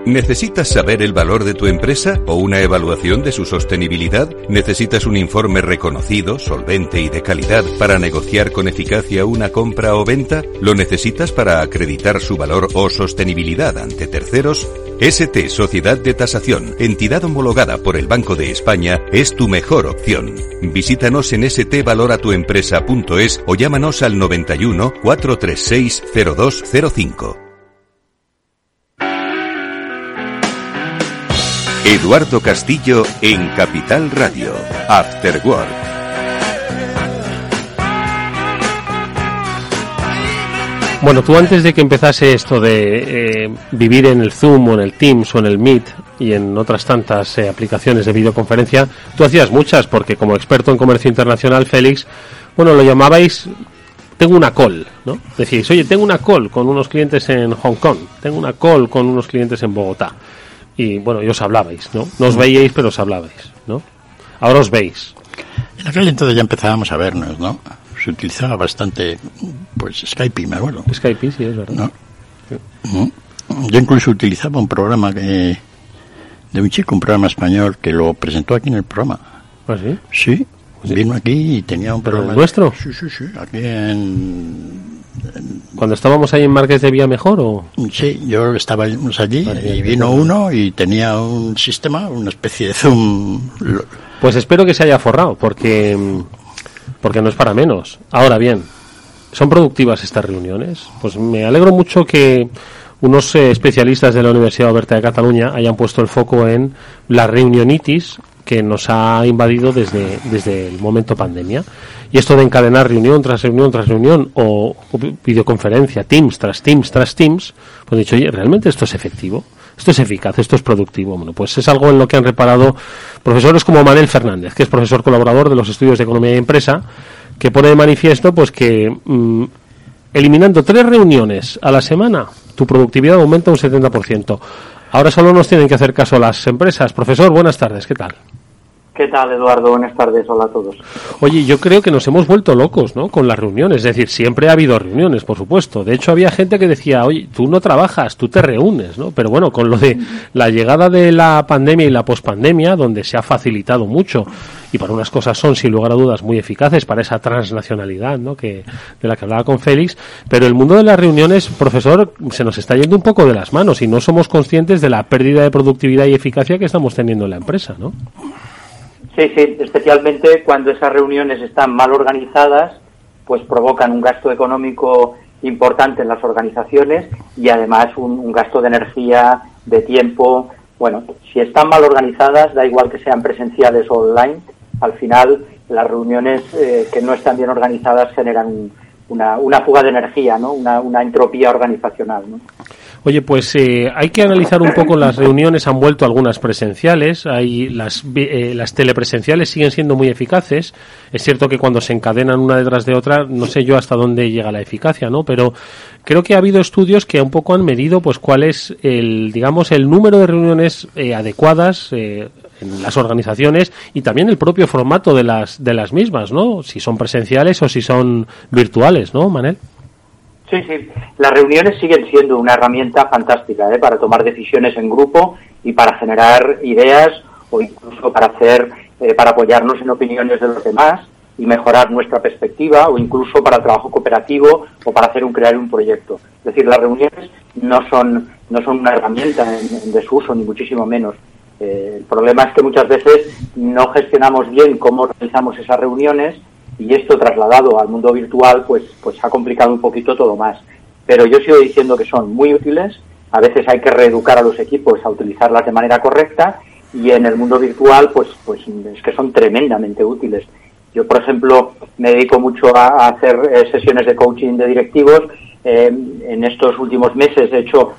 ¿Necesitas saber el valor de tu empresa o una evaluación de su sostenibilidad? ¿Necesitas un informe reconocido, solvente y de calidad para negociar con eficacia una compra o venta? ¿Lo necesitas para acreditar su valor o sostenibilidad ante terceros? S T Sociedad de Tasación, entidad homologada por el Banco de España, es tu mejor opción. Visítanos en s t valora tu empresa punto es o llámanos al noventa y uno, cuatrocientos treinta y seis, cero dos cero cinco. Eduardo Castillo en Capital Radio. After Work. Bueno, tú antes de que empezase esto de eh, vivir en el Zoom o en el Teams o en el Meet y en otras tantas eh, aplicaciones de videoconferencia, tú hacías muchas, porque como experto en comercio internacional, Félix, bueno, lo llamabais, tengo una call, ¿no? Decís, oye, tengo una call con unos clientes en Hong Kong, tengo una call con unos clientes en Bogotá. Y bueno, y os hablabais, ¿no? No os veíais, pero os hablabais, ¿no? Ahora os veis. En aquel entonces ya empezábamos a vernos, ¿no? Se utilizaba bastante, pues, Skype, me acuerdo. Skype, sí, es verdad. ¿No? Sí. Yo incluso utilizaba un programa que, de un chico, un programa español, que lo presentó aquí en el programa. ¿Ah, sí? Sí, sí. Vino aquí y tenía un programa. ¿El nuestro? Sí, sí, sí, aquí en... ¿Cuando estábamos ahí en Marqués de Villamejor o...? Sí, yo estábamos allí vale, y vino uno y tenía un sistema, una especie de Zoom. Pues espero que se haya forrado, porque porque no es para menos. Ahora bien, ¿son productivas estas reuniones? Pues me alegro mucho que unos eh, especialistas de la Universidad Oberta de Cataluña hayan puesto el foco en la reunionitis que nos ha invadido desde, desde el momento pandemia. Y esto de encadenar reunión tras reunión tras reunión o, o videoconferencia, Teams tras Teams tras Teams, pues he dicho, oye, ¿realmente esto es efectivo? ¿Esto es eficaz? ¿Esto es productivo? Bueno, pues es algo en lo que han reparado profesores como Manel Fernández, que es profesor colaborador de los estudios de Economía y Empresa, que pone de manifiesto pues que mmm, eliminando tres reuniones a la semana, tu productividad aumenta un setenta por ciento. Ahora solo nos tienen que hacer caso las empresas. Profesor, buenas tardes, ¿qué tal? ¿Qué tal, Eduardo? Buenas tardes, hola a todos. Oye, yo creo que nos hemos vuelto locos, ¿no?, con las reuniones. Es decir, siempre ha habido reuniones, por supuesto. De hecho, había gente que decía, oye, tú no trabajas, tú te reúnes, ¿no? Pero bueno, con lo de la llegada de la pandemia y la pospandemia, donde se ha facilitado mucho, y para unas cosas son, sin lugar a dudas, muy eficaces para esa transnacionalidad, ¿no?, que de la que hablaba con Félix, pero el mundo de las reuniones, profesor, se nos está yendo un poco de las manos y no somos conscientes de la pérdida de productividad y eficacia que estamos teniendo en la empresa, ¿no? Sí, sí, especialmente cuando esas reuniones están mal organizadas, pues provocan un gasto económico importante en las organizaciones y además un, un gasto de energía, de tiempo. Bueno, si están mal organizadas, da igual que sean presenciales o online, al final las reuniones eh, que no están bien organizadas generan una, una fuga de energía, ¿no? Una, una entropía organizacional, ¿no? Oye, pues eh, hay que analizar un poco las reuniones. Han vuelto algunas presenciales, hay las, eh, las telepresenciales siguen siendo muy eficaces. Es cierto que cuando se encadenan una detrás de otra, no sé yo hasta dónde llega la eficacia, ¿no? Pero creo que ha habido estudios que un poco han medido, pues, cuál es el, digamos, el número de reuniones eh, adecuadas eh, en las organizaciones y también el propio formato de las de las mismas, ¿no? Si son presenciales o si son virtuales, ¿no, Manel? Sí, sí. Las reuniones siguen siendo una herramienta fantástica, ¿eh?, para tomar decisiones en grupo y para generar ideas o incluso para hacer, eh, para apoyarnos en opiniones de los demás y mejorar nuestra perspectiva o incluso para el trabajo cooperativo o para hacer un crear un proyecto. Es decir, las reuniones no son no son una herramienta en, en desuso ni muchísimo menos. Eh, el problema es que muchas veces no gestionamos bien cómo realizamos esas reuniones. Y esto trasladado al mundo virtual, pues, pues ha complicado un poquito todo más. Pero yo sigo diciendo que son muy útiles. A veces hay que reeducar a los equipos a utilizarlas de manera correcta. Y en el mundo virtual, pues, pues es que son tremendamente útiles. Yo, por ejemplo, me dedico mucho a, a hacer eh, sesiones de coaching de directivos. Eh, en estos últimos meses he hecho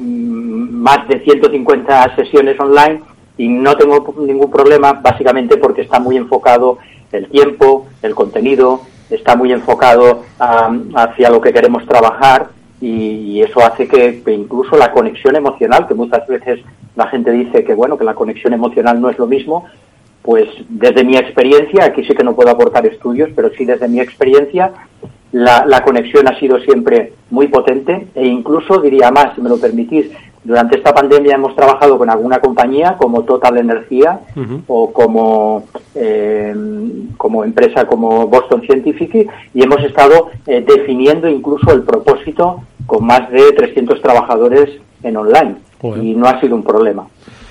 mmm, más de ciento cincuenta sesiones online y no tengo ningún problema, básicamente porque está muy enfocado el tiempo, el contenido, está muy enfocado um, hacia lo que queremos trabajar y, y eso hace que, que incluso la conexión emocional, que muchas veces la gente dice que bueno, que la conexión emocional no es lo mismo, pues desde mi experiencia, aquí sí que no puedo aportar estudios, pero sí desde mi experiencia, la, la conexión ha sido siempre muy potente e incluso diría más, si me lo permitís, Durante esta pandemia hemos trabajado con alguna compañía como Total Energía uh-huh. o como eh, como empresa como Boston Scientific, y hemos estado eh, definiendo incluso el propósito con más de trescientos trabajadores en online. Bueno. Y no ha sido un problema.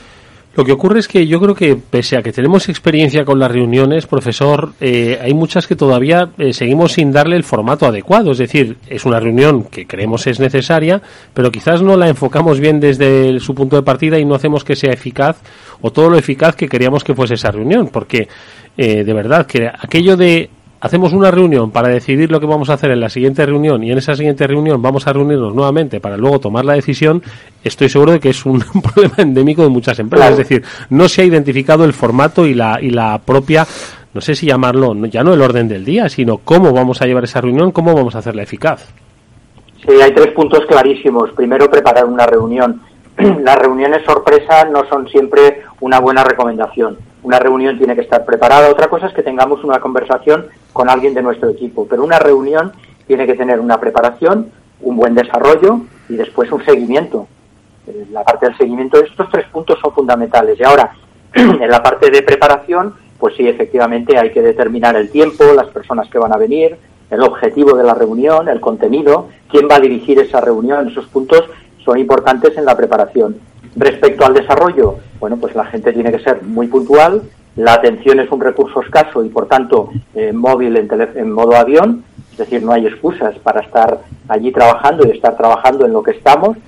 Lo que ocurre es que yo creo que, pese a que tenemos experiencia con las reuniones, profesor, eh, hay muchas que todavía eh, seguimos sin darle el formato adecuado. Es decir, es una reunión que creemos es necesaria, pero quizás no la enfocamos bien desde el, su punto de partida y no hacemos que sea eficaz o todo lo eficaz que queríamos que fuese esa reunión. Porque, eh, de verdad, que aquello de hacemos una reunión para decidir lo que vamos a hacer en la siguiente reunión y en esa siguiente reunión vamos a reunirnos nuevamente para luego tomar la decisión, estoy seguro de que es un problema endémico de muchas empresas. Claro. Es decir, no se ha identificado el formato y la y la propia, no sé si llamarlo, ya no el orden del día, sino cómo vamos a llevar esa reunión, cómo vamos a hacerla eficaz. Sí, hay tres puntos clarísimos. Primero, preparar una reunión. Las reuniones sorpresa no son siempre una buena recomendación. Una reunión tiene que estar preparada. Otra cosa es que tengamos una conversación con alguien de nuestro equipo, pero una reunión tiene que tener una preparación, un buen desarrollo y después un seguimiento. La parte del seguimiento, estos tres puntos son fundamentales. Y ahora, en la parte de preparación, pues sí, efectivamente hay que determinar el tiempo, las personas que van a venir, el objetivo de la reunión, el contenido, quién va a dirigir esa reunión. Esos puntos son importantes en la preparación. Respecto al desarrollo, bueno, pues la gente tiene que ser muy puntual, la atención es un recurso escaso y, por tanto, eh, móvil en, tele, en modo avión, es decir, no hay excusas para estar allí trabajando y estar trabajando en lo que estamos,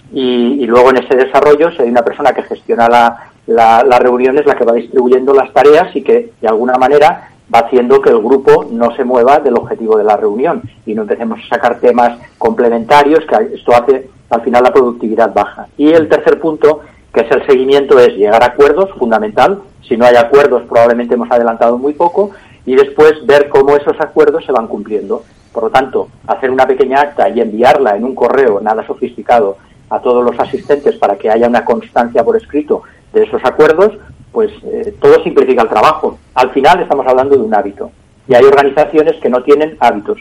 y, y luego en ese desarrollo, si hay una persona que gestiona la, la, la reunión, es la que va distribuyendo las tareas y que, de alguna manera, va haciendo que el grupo no se mueva del objetivo de la reunión y no empecemos a sacar temas complementarios, que esto hace al final la productividad baja. Y el tercer punto, que es el seguimiento, es llegar a acuerdos, fundamental. Si no hay acuerdos, probablemente hemos adelantado muy poco, y después ver cómo esos acuerdos se van cumpliendo. Por lo tanto, hacer una pequeña acta y enviarla en un correo nada sofisticado a todos los asistentes para que haya una constancia por escrito de esos acuerdos, pues eh, todo simplifica el trabajo. Al final estamos hablando de un hábito, y hay organizaciones que no tienen hábitos.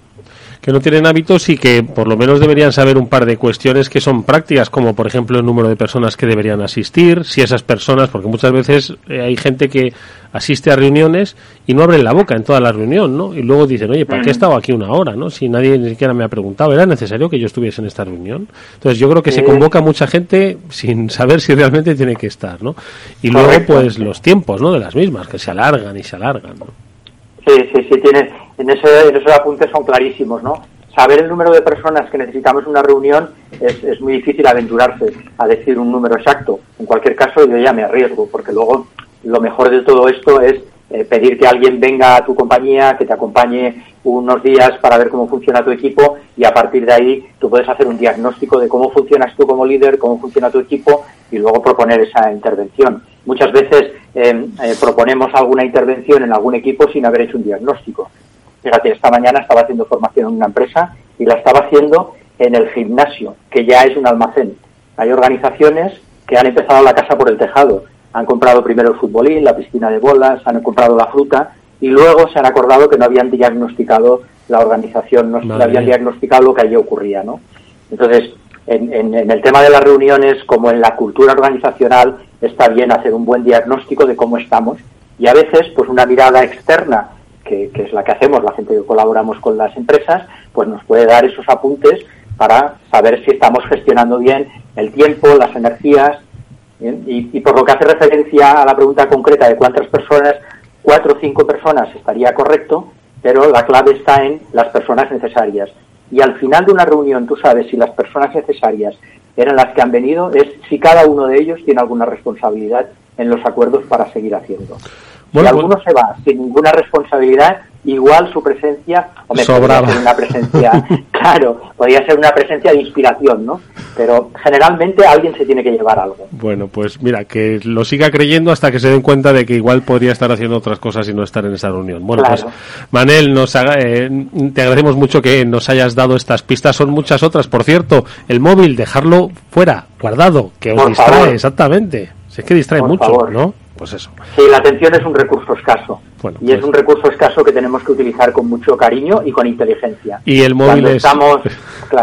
que no tienen hábitos y que por lo menos deberían saber un par de cuestiones que son prácticas, como por ejemplo el número de personas que deberían asistir, si esas personas, porque muchas veces eh, hay gente que asiste a reuniones y no abren la boca en toda la reunión, ¿no? Y luego dicen, oye, ¿para qué he estado aquí una hora, no? Si nadie ni siquiera me ha preguntado, ¿era necesario que yo estuviese en esta reunión? Entonces yo creo que sí. Se convoca mucha gente sin saber si realmente tiene que estar, ¿no? Y luego, pues, los tiempos, ¿no? De las mismas, que se alargan y se alargan, ¿no? Sí, sí, sí, tiene, en, ese, en esos apuntes son clarísimos, ¿no? Saber el número de personas que necesitamos en una reunión es, es muy difícil aventurarse a decir un número exacto. En cualquier caso, yo ya me arriesgo, porque luego lo mejor de todo esto es eh, pedir que alguien venga a tu compañía, que te acompañe unos días para ver cómo funciona tu equipo, y a partir de ahí tú puedes hacer un diagnóstico de cómo funcionas tú como líder, cómo funciona tu equipo, y luego proponer esa intervención. Muchas veces eh, eh, proponemos alguna intervención en algún equipo sin haber hecho un diagnóstico. Fíjate, esta mañana estaba haciendo formación en una empresa y la estaba haciendo en el gimnasio, que ya es un almacén. Hay organizaciones que han empezado la casa por el tejado. Han comprado primero el futbolín, la piscina de bolas, han comprado la fruta y luego se han acordado que no habían diagnosticado la organización, no vale. habían diagnosticado lo que allí ocurría, ¿no? Entonces, en, en, en el tema de las reuniones, como en la cultura organizacional, está bien hacer un buen diagnóstico de cómo estamos, y a veces, pues una mirada externa, que, que es la que hacemos, la gente que colaboramos con las empresas, pues nos puede dar esos apuntes para saber si estamos gestionando bien el tiempo, las energías, ¿bien? Y, y por lo que hace referencia a la pregunta concreta de cuántas personas, cuatro o cinco personas estaría correcto, pero la clave está en las personas necesarias. Y al final de una reunión tú sabes si las personas necesarias eran las que han venido, es si cada uno de ellos tiene alguna responsabilidad en los acuerdos para seguir haciendo. Bueno, si alguno bueno. se va sin ninguna responsabilidad, igual su presencia, o me podría ser una presencia, claro, podría ser una presencia de inspiración, ¿no? Pero generalmente alguien se tiene que llevar algo. Bueno, pues mira, que lo siga creyendo hasta que se den cuenta de que igual podría estar haciendo otras cosas y no estar en esa reunión. Bueno, claro. Pues Manel, nos haga, eh, te agradecemos mucho que nos hayas dado estas pistas, son muchas otras. Por cierto, el móvil, dejarlo fuera, guardado, que os Por distrae, favor. Exactamente. Si es que distrae Por mucho, favor. ¿no? Pues eso. Sí, la atención es un recurso escaso. Bueno, y pues... es un recurso escaso que tenemos que utilizar con mucho cariño y con inteligencia. Y el móvil Cuando es... estamos, claro,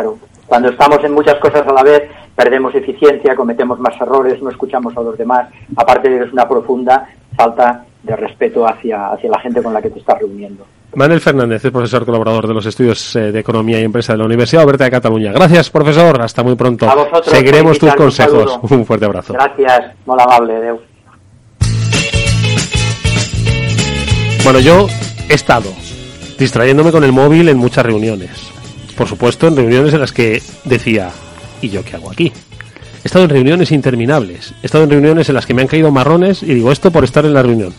Cuando estamos en muchas cosas a la vez, perdemos eficiencia, cometemos más errores, no escuchamos a los demás, aparte de que es una profunda falta de respeto hacia, hacia la gente con la que te estás reuniendo. Manuel Fernández es profesor colaborador de los estudios eh, de Economía y Empresa de la Universidad Oberta de Cataluña. Gracias, profesor. Hasta muy pronto. A vosotros. Seguiremos tus consejos. Un, un fuerte abrazo. Gracias. Muy amable. Adeu. Bueno, yo he estado distrayéndome con el móvil en muchas reuniones. Por supuesto, en reuniones en las que decía, ¿y yo qué hago aquí? He estado en reuniones interminables. He estado en reuniones en las que me han caído marrones y digo esto por estar en la reunión.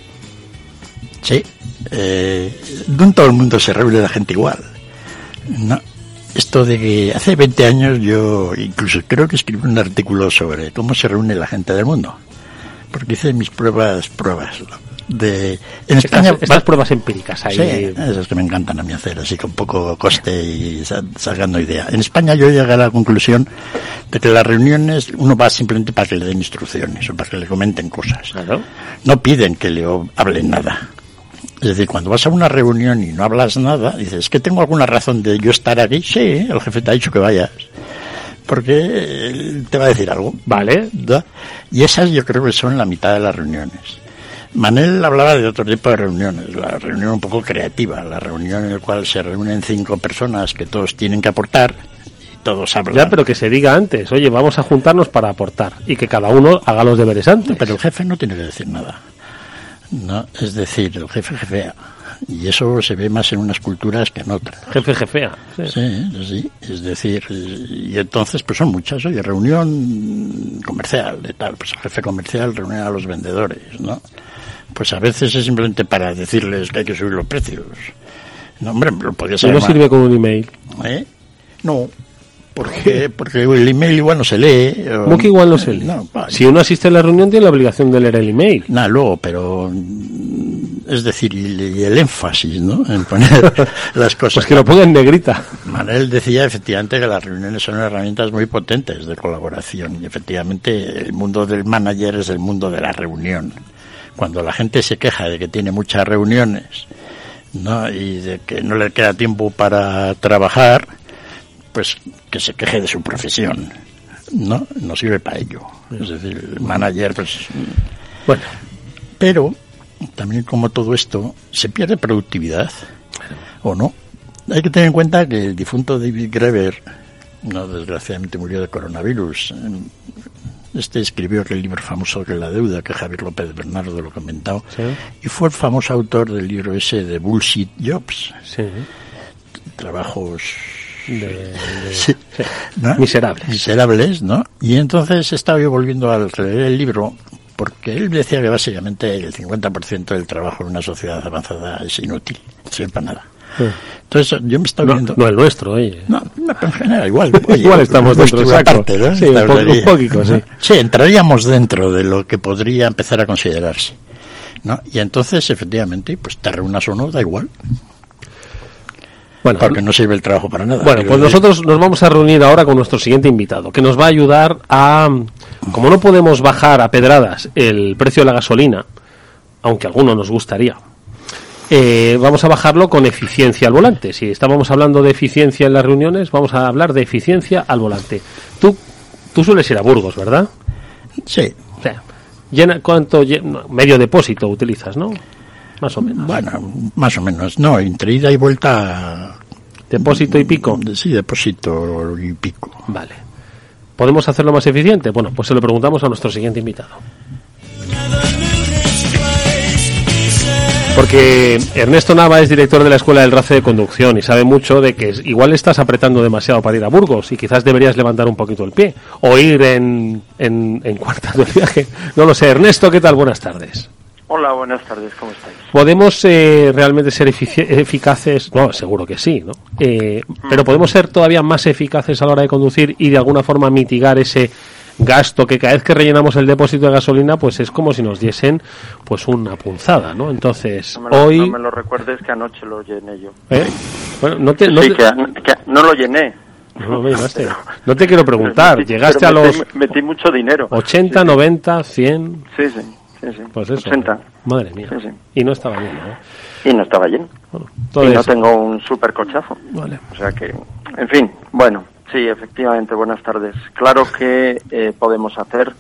Sí. Eh, no en todo el mundo se reúne la gente igual. No. Esto de que hace veinte años yo incluso creo que escribí un artículo sobre cómo se reúne la gente del mundo. Porque hice mis pruebas, pruebas. De, en estas, España, estas va, pruebas empíricas ahí. Sí, esas que me encantan a mí hacer, así con poco coste y sacando idea. En España yo llegué a la conclusión de que las reuniones uno va simplemente para que le den instrucciones o para que le comenten cosas. Claro. No piden que le hablen nada. Es decir, cuando vas a una reunión y no hablas nada, dices, ¿que tengo alguna razón de yo estar aquí? Sí, el jefe te ha dicho que vayas. Porque él te va a decir algo. Vale. ¿Da? Y esas yo creo que son la mitad de las reuniones. Manel hablaba de otro tipo de reuniones, la reunión un poco creativa, la reunión en la cual se reúnen cinco personas que todos tienen que aportar y todos hablan. Ya, pero que se diga antes, oye, vamos a juntarnos para aportar y que cada uno haga los deberes antes. Pero el jefe no tiene que decir nada. No, es decir, el jefe jefea. Y eso se ve más en unas culturas que en otras. Jefe jefea. Sí, sí, sí. Es decir, y entonces pues son muchas. Oye, reunión comercial, de tal. Pues el jefe comercial reúne a los vendedores, ¿no? Pues a veces es simplemente para decirles que hay que subir los precios. No, hombre, lo podía ser. ¿Y no sirve con un email? ¿Eh? No. Porque, porque el email igual no se lee. O, ¿Cómo que igual no se lee? No, vale. Si uno asiste a la reunión tiene la obligación de leer el email. Nada, luego, pero es decir, y, y el énfasis, ¿no? En poner las cosas. Pues que lo ponga en negrita. Manel decía efectivamente que las reuniones son herramientas muy potentes de colaboración y efectivamente el mundo del manager es el mundo de la reunión. Cuando la gente se queja de que tiene muchas reuniones, ¿no? Y de que no le queda tiempo para trabajar, pues que se queje de su profesión, ¿no? No sirve para ello. Es decir, el manager, pues... Bueno. Pero, también como todo esto, se pierde productividad, ¿o no? Hay que tener en cuenta que el difunto David Graeber, no, desgraciadamente murió de coronavirus. Este escribió aquel libro famoso que es La deuda, que Javier López Bernardo lo comentó, ¿sí? Y fue el famoso autor del libro ese de Bullshit Jobs. Sí. Trabajos... De, de, sí, sí. ¿no? Miserables. Miserables, ¿no? Y entonces estaba yo volviendo a leer el libro porque él decía que básicamente el cincuenta por ciento del trabajo en una sociedad avanzada es inútil, no sirve para nada. Sí. Entonces yo me estaba no, viendo... No el nuestro, oye. No, en general, igual. Oye, igual estamos dentro del saco. Parte, ¿no? Sí, un, po un poquito, sí. Sí, entraríamos dentro de lo que podría empezar a considerarse, ¿no? Y entonces, efectivamente, pues te reúnas o no, da igual. Bueno, porque no sirve el trabajo para nada. Bueno, pues nosotros nos vamos a reunir ahora con nuestro siguiente invitado, que nos va a ayudar a... Como no podemos bajar a pedradas el precio de la gasolina, aunque a alguno nos gustaría, eh, vamos a bajarlo con eficiencia al volante. Si estábamos hablando de eficiencia en las reuniones, vamos a hablar de eficiencia al volante. Tú, tú sueles ir a Burgos, ¿verdad? Sí. O sea, llena, ¿cuánto? Llena, medio depósito utilizas, ¿no? Más o menos. Bueno, más o menos. No, entre ida y vuelta... ¿Depósito y pico? Sí, depósito y pico. Vale. ¿Podemos hacerlo más eficiente? Bueno, pues se lo preguntamos a nuestro siguiente invitado. Porque Ernesto Nava es director de la Escuela del R A C E de Conducción y sabe mucho de que igual estás apretando demasiado para ir a Burgos y quizás deberías levantar un poquito el pie o ir en, en, en cuartas del viaje. No lo sé. Ernesto, ¿qué tal? Buenas tardes. Hola, buenas tardes, ¿cómo estáis? ¿Podemos eh, realmente ser eficaces? No, seguro que sí, ¿no? Eh, pero ¿podemos ser todavía más eficaces a la hora de conducir y de alguna forma mitigar ese gasto que cada vez que rellenamos el depósito de gasolina, pues es como si nos diesen pues una punzada, ¿no? Entonces, no me lo, hoy... No me lo recuerdes que anoche lo llené yo. ¿Eh? Bueno, no te... No sí, te... Que, que no lo llené. No, me llenaste. No te quiero preguntar, metí, llegaste a metí, los... Metí mucho dinero. ochenta, sí, noventa, cien... Sí, sí. Sí, sí. Pues eso. ochenta. Madre mía. Sí, sí. Y no estaba lleno, ¿eh? Y no estaba lleno. Bueno, todo y eso. No tengo un super cochazo. Vale. O sea que, en fin, bueno. Sí, efectivamente, buenas tardes. Claro que eh, podemos hacer,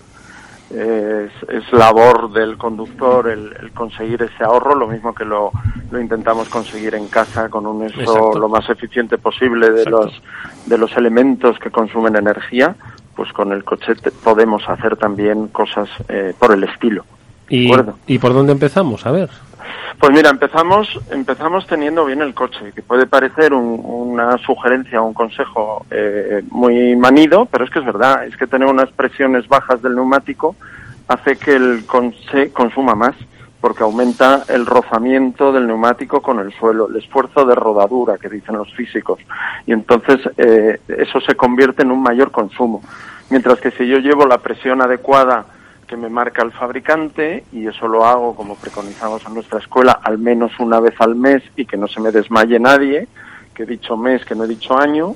eh, es, es labor del conductor el, el conseguir ese ahorro, lo mismo que lo, lo intentamos conseguir en casa con un uso Exacto. lo más eficiente posible de Exacto. los, de los elementos que consumen energía, pues con el coche te, podemos hacer también cosas eh, por el estilo. ¿Y, ¿Y por dónde empezamos? A ver. Pues mira, empezamos empezamos teniendo bien el coche, que puede parecer un, una sugerencia o un consejo eh, muy manido, pero es que es verdad, es que tener unas presiones bajas del neumático hace que el coche consuma más, porque aumenta el rozamiento del neumático con el suelo, el esfuerzo de rodadura que dicen los físicos, y entonces eh, eso se convierte en un mayor consumo, mientras que si yo llevo la presión adecuada que me marca el fabricante, y eso lo hago como preconizamos en nuestra escuela al menos una vez al mes y que no se me desmaye nadie, que he dicho mes, que no he dicho año,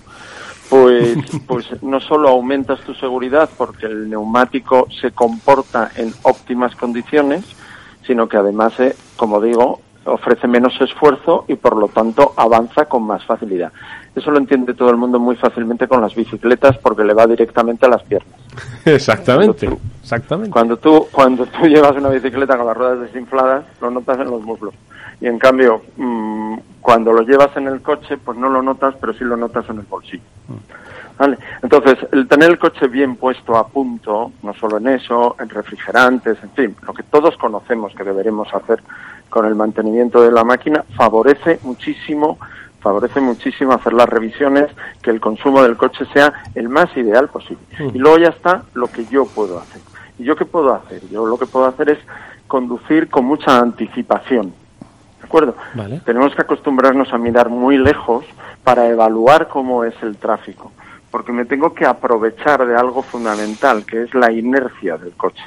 pues pues no solo aumentas tu seguridad porque el neumático se comporta en óptimas condiciones, sino que además, eh, como digo, ofrece menos esfuerzo y por lo tanto avanza con más facilidad. Eso lo entiende todo el mundo muy fácilmente con las bicicletas porque le va directamente a las piernas. Exactamente, cuando tú, exactamente. Cuando tú, cuando tú llevas una bicicleta con las ruedas desinfladas, lo notas en los muslos. Y en cambio, mmm, cuando lo llevas en el coche, pues no lo notas, pero sí lo notas en el bolsillo. ¿Vale? Entonces, el tener el coche bien puesto a punto, no solo en eso, en refrigerantes, en fin, lo que todos conocemos que deberemos hacer con el mantenimiento de la máquina, favorece muchísimo, favorece muchísimo hacer las revisiones, que el consumo del coche sea el más ideal posible. Y luego ya está lo que yo puedo hacer. ¿Y yo qué puedo hacer? Yo lo que puedo hacer es conducir con mucha anticipación. ¿De acuerdo? Vale. Tenemos que acostumbrarnos a mirar muy lejos para evaluar cómo es el tráfico, porque me tengo que aprovechar de algo fundamental, que es la inercia del coche.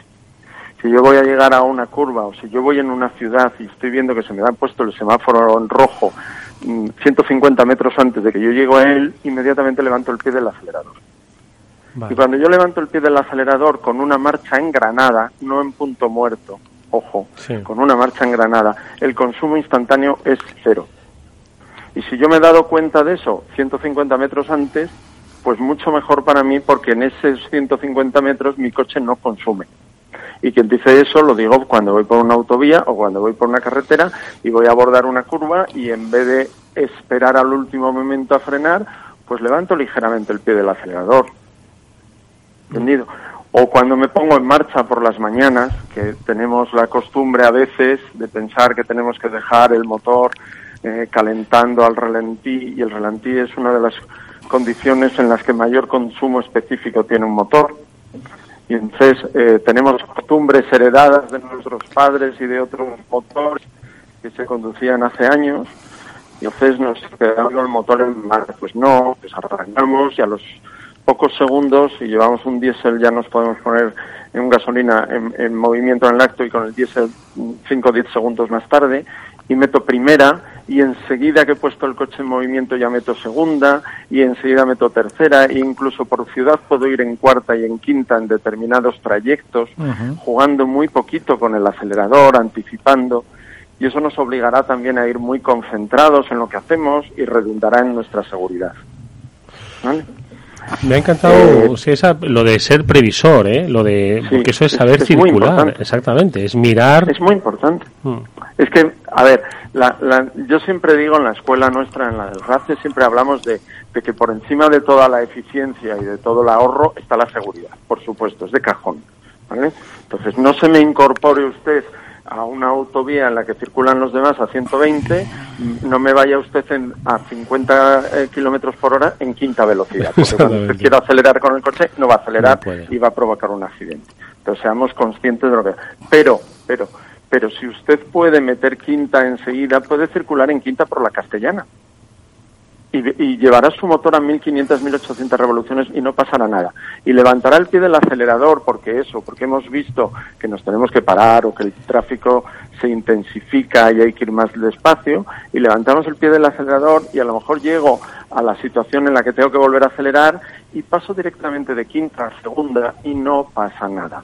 Si yo voy a llegar a una curva o si yo voy en una ciudad y estoy viendo que se me ha puesto el semáforo en rojo ciento cincuenta metros antes de que yo llego a él, inmediatamente levanto el pie del acelerador. Vale. Y cuando yo levanto el pie del acelerador con una marcha engranada, no en punto muerto, ojo, sí. con una marcha engranada, el consumo instantáneo es cero. Y si yo me he dado cuenta de eso ciento cincuenta metros antes, pues mucho mejor para mí, porque en esos ciento cincuenta metros mi coche no consume. Y quien dice eso lo digo cuando voy por una autovía o cuando voy por una carretera y voy a abordar una curva y en vez de esperar al último momento a frenar, pues levanto ligeramente el pie del acelerador. ¿Entendido? O cuando me pongo en marcha por las mañanas, que tenemos la costumbre a veces de pensar que tenemos que dejar el motor eh, calentando al ralentí, y el ralentí es una de las condiciones en las que mayor consumo específico tiene un motor. Y entonces eh, tenemos costumbres heredadas de nuestros padres y de otros motores que se conducían hace años, y entonces nos quedamos el motor en marcha. Pues no, pues arrancamos y a los pocos segundos, si llevamos un diésel, ya nos podemos poner en un gasolina en, en movimiento en el acto, y con el diésel cinco o diez segundos más tarde, y meto primera, y enseguida que he puesto el coche en movimiento ya meto segunda, y enseguida meto tercera, e incluso por ciudad puedo ir en cuarta y en quinta en determinados trayectos, uh-huh. jugando muy poquito con el acelerador, anticipando, y eso nos obligará también a ir muy concentrados en lo que hacemos y redundará en nuestra seguridad. ¿Vale? Me ha encantado eh, sí, esa, lo de ser previsor, ¿eh? Lo de, sí, porque eso es saber es, es circular, exactamente, es mirar. Es muy importante. Mm. Es que, a ver, la, la, yo siempre digo en la escuela nuestra, en la del R A C E, siempre hablamos de, de que por encima de toda la eficiencia y de todo el ahorro está la seguridad, por supuesto, es de cajón, ¿vale? Entonces, no se me incorpore usted a una autovía en la que circulan los demás a ciento veinte, no me vaya usted en, a cincuenta eh, kilómetros por hora en quinta velocidad, porque cuando usted quiera acelerar con el coche no va a acelerar no y va a provocar un accidente. Entonces seamos conscientes de lo que... Pero, pero, pero si usted puede meter quinta enseguida, puede circular en quinta por la Castellana. Y, y llevará su motor a mil quinientas, mil ochocientas revoluciones y no pasará nada. Y levantará el pie del acelerador porque eso, porque hemos visto que nos tenemos que parar o que el tráfico se intensifica y hay que ir más despacio, y levantamos el pie del acelerador y a lo mejor llego a la situación en la que tengo que volver a acelerar y paso directamente de quinta a segunda y no pasa nada.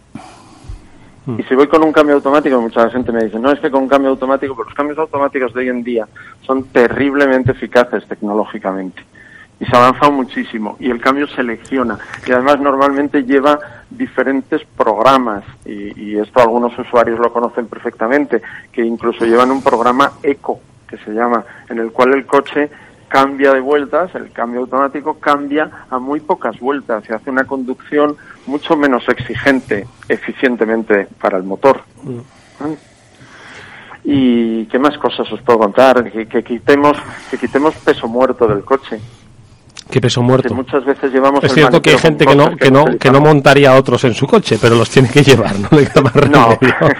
Y si voy con un cambio automático, mucha gente me dice, no, es que con un cambio automático, pero los cambios automáticos de hoy en día son terriblemente eficaces tecnológicamente. Y se ha avanzado muchísimo. Y el cambio selecciona. Y además normalmente lleva diferentes programas. Y, y esto algunos usuarios lo conocen perfectamente, que incluso llevan un programa eco, que se llama, en el cual el coche cambia de vueltas, el cambio automático cambia a muy pocas vueltas y hace una conducción mucho menos exigente eficientemente para el motor. Mm. ¿Eh? ¿Y qué más cosas os puedo contar? Que, que quitemos que quitemos peso muerto del coche. ¿Qué peso muerto? Que muchas veces llevamos es cierto que hay gente que no que, que no que no montaría a otros en su coche, pero los tiene que llevar, no le queda más remedio.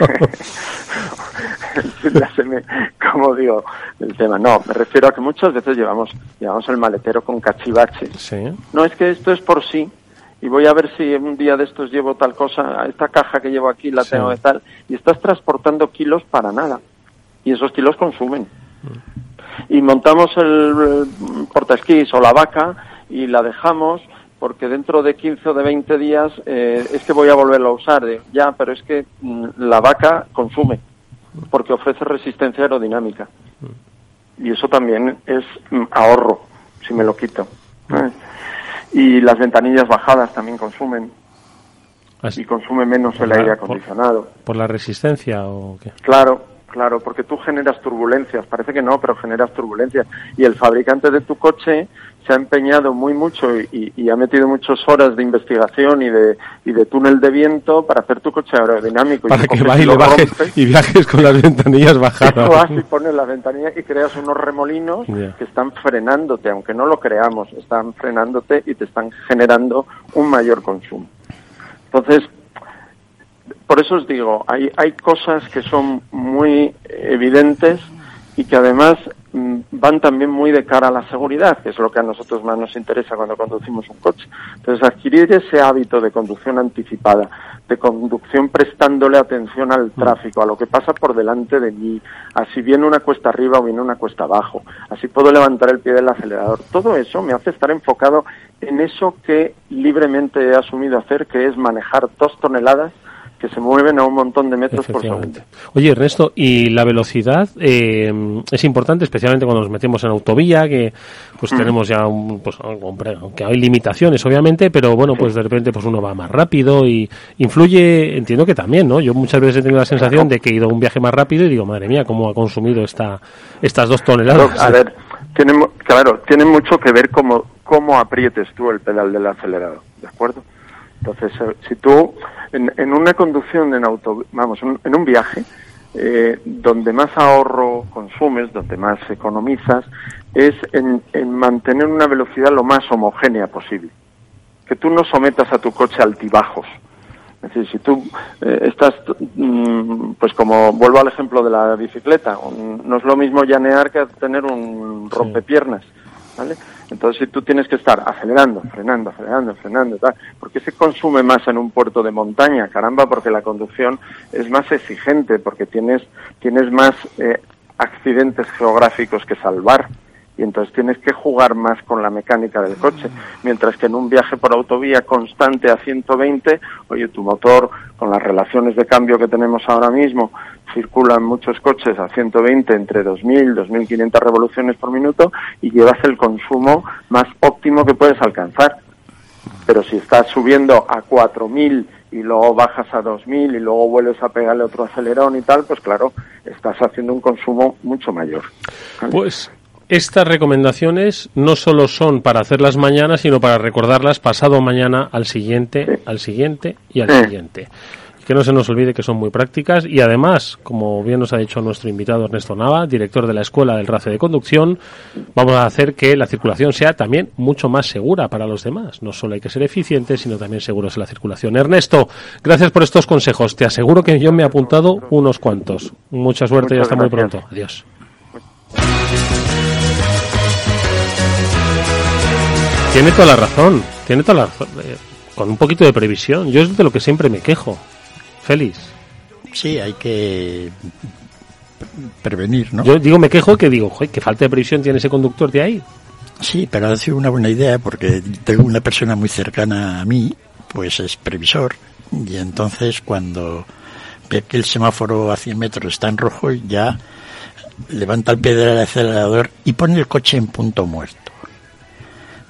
No. Como digo el tema, no, me refiero a que muchas veces llevamos llevamos el maletero con cachivache. Sí. No, es que esto es por sí, y voy a ver si un día de estos llevo tal cosa, esta caja que llevo aquí la sí. tengo de tal, y estás transportando kilos para nada, y esos kilos consumen. Mm. Y montamos el, el portaesquís o la vaca y la dejamos porque dentro de quince o de veinte días eh, es que voy a volverlo a usar. De, ya, pero es que mm, la vaca consume, porque ofrece resistencia aerodinámica. Y eso también es mm, ahorro, si me lo quito. ¿eh? Y las ventanillas bajadas también consumen. Así. Y consume menos el aire acondicionado. ¿Por, ¿Por la resistencia o qué? Claro, claro, porque tú generas turbulencias. Parece que no, pero generas turbulencias. Y el fabricante de tu coche se ha empeñado muy mucho y, y, y ha metido muchas horas de investigación y de y de túnel de viento para hacer tu coche aerodinámico. Para y que vayas y bajes rompes, y viajes con las ventanillas bajadas. Vas y pones las ventanillas y creas unos remolinos yeah. que están frenándote, aunque no lo creamos, están frenándote y te están generando un mayor consumo. Entonces, por eso os digo, hay, hay cosas que son muy evidentes y que además van también muy de cara a la seguridad, que es lo que a nosotros más nos interesa cuando conducimos un coche. Entonces, adquirir ese hábito de conducción anticipada, de conducción prestándole atención al tráfico, a lo que pasa por delante de mí, a si viene una cuesta arriba o viene una cuesta abajo, así puedo levantar el pie del acelerador. Todo eso me hace estar enfocado en eso que libremente he asumido hacer, que es manejar dos toneladas que se mueven a un montón de metros por segundo. Oye, Ernesto, y la velocidad eh, es importante, especialmente cuando nos metemos en autovía, que pues mm. tenemos ya un, pues hombre, aunque hay limitaciones obviamente, pero bueno, sí. pues de repente pues uno va más rápido y influye, entiendo que también, ¿no? Yo muchas veces he tenido la sensación claro. de que he ido a un viaje más rápido y digo, madre mía, cómo ha consumido esta estas dos toneladas. Claro, a ver, tiene, claro, tiene mucho que ver cómo, cómo aprietes tú el pedal del acelerador, ¿de acuerdo? Entonces, si tú, en, en una conducción en auto, vamos, en, en un viaje, eh, donde más ahorro consumes, donde más economizas, es en, en mantener una velocidad lo más homogénea posible. Que tú no sometas a tu coche a altibajos. Es decir, si tú eh, estás, mm, pues como vuelvo al ejemplo de la bicicleta, un, no es lo mismo llanear que tener un rompepiernas, ¿vale? Entonces, si tú tienes que estar acelerando, frenando, acelerando, frenando, tal, ¿por qué se consume más en un puerto de montaña? Caramba, porque la conducción es más exigente, porque tienes tienes más eh, accidentes geográficos que salvar. Y entonces tienes que jugar más con la mecánica del coche, mientras que en un viaje por autovía constante a ciento veinte, oye, tu motor, con las relaciones de cambio que tenemos ahora mismo, circulan muchos coches a ciento veinte entre dos mil, dos mil quinientas revoluciones por minuto y llevas el consumo más óptimo que puedes alcanzar. Pero si estás subiendo a cuatro mil y luego bajas a dos mil y luego vuelves a pegarle otro acelerón y tal, pues claro, estás haciendo un consumo mucho mayor. Pues estas recomendaciones no solo son para hacerlas mañana, sino para recordarlas pasado mañana, al siguiente, sí. al siguiente y al sí. siguiente. Que no se nos olvide que son muy prácticas y además, como bien nos ha dicho nuestro invitado Ernesto Nava, director de la Escuela del R A C E de Conducción, vamos a hacer que la circulación sea también mucho más segura para los demás. No solo hay que ser eficientes, sino también seguros en la circulación. Ernesto, gracias por estos consejos. Te aseguro que yo me he apuntado unos cuantos. Mucha suerte y hasta muy pronto. Adiós. Tiene toda la razón, tiene toda la razón. Eh, con un poquito de previsión. Yo es de lo que siempre me quejo. Félix. Sí, hay que prevenir, ¿no? Yo digo, me quejo que digo, joder, qué falta de previsión tiene ese conductor de ahí. Sí, pero ha sido una buena idea porque tengo una persona muy cercana a mí, pues es previsor, y entonces cuando ve que el semáforo a cien metros está en rojo, ya levanta el pie del acelerador y pone el coche en punto muerto.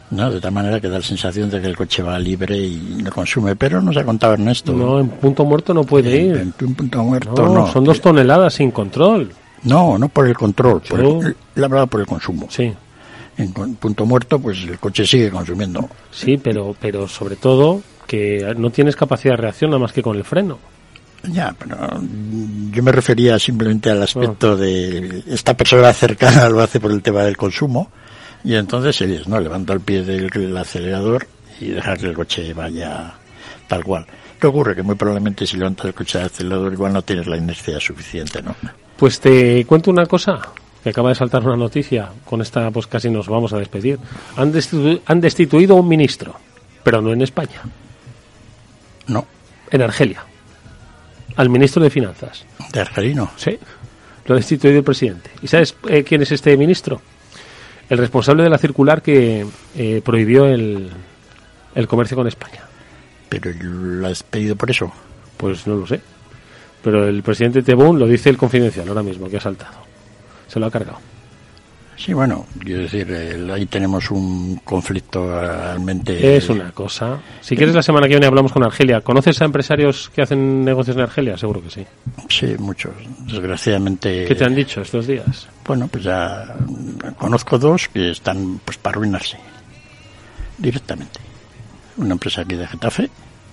¿no? De tal manera que da la sensación de que el coche va libre y no consume, pero nos ha contado Ernesto. No, en punto muerto no puede en, ir. En, en punto muerto no, no. Son dos toneladas sin control. No, no por el control, por el, la verdad por el consumo. Sí. En punto muerto, pues el coche sigue consumiendo. Sí, pero, pero sobre todo que no tienes capacidad de reacción nada más que con el freno. Ya, pero yo me refería simplemente al aspecto oh. de esta persona cercana lo hace por el tema del consumo y entonces es, ¿no? Levanta el pie del, del acelerador y deja que el coche vaya tal cual. ¿Qué ocurre? Que muy probablemente si levantas el coche del acelerador igual no tienes la inercia suficiente, ¿no? Pues te cuento una cosa, que acaba de saltar una noticia, con esta pues casi nos vamos a despedir. Han, destitu- han destituido a un ministro, pero no en España. No. En Argelia. Al ministro de Finanzas. ¿De Argelino? Sí, lo ha destituido el presidente. ¿Y sabes eh, quién es este ministro? El responsable de la circular que eh, prohibió el, el comercio con España. ¿Pero lo has pedido por eso? Pues no lo sé. Pero el presidente Tebboune lo dice el Confidencial ahora mismo, que ha saltado. Se lo ha cargado. Sí, bueno, quiero decir, eh, ahí tenemos un conflicto realmente... Es una cosa. Si quieres, la semana que viene hablamos con Argelia. ¿Conoces a empresarios que hacen negocios en Argelia? Seguro que sí. Sí, muchos. Desgraciadamente... ¿Qué te han dicho estos días? Bueno, pues ya conozco dos que están pues para arruinarse. Directamente. Una empresa aquí de Getafe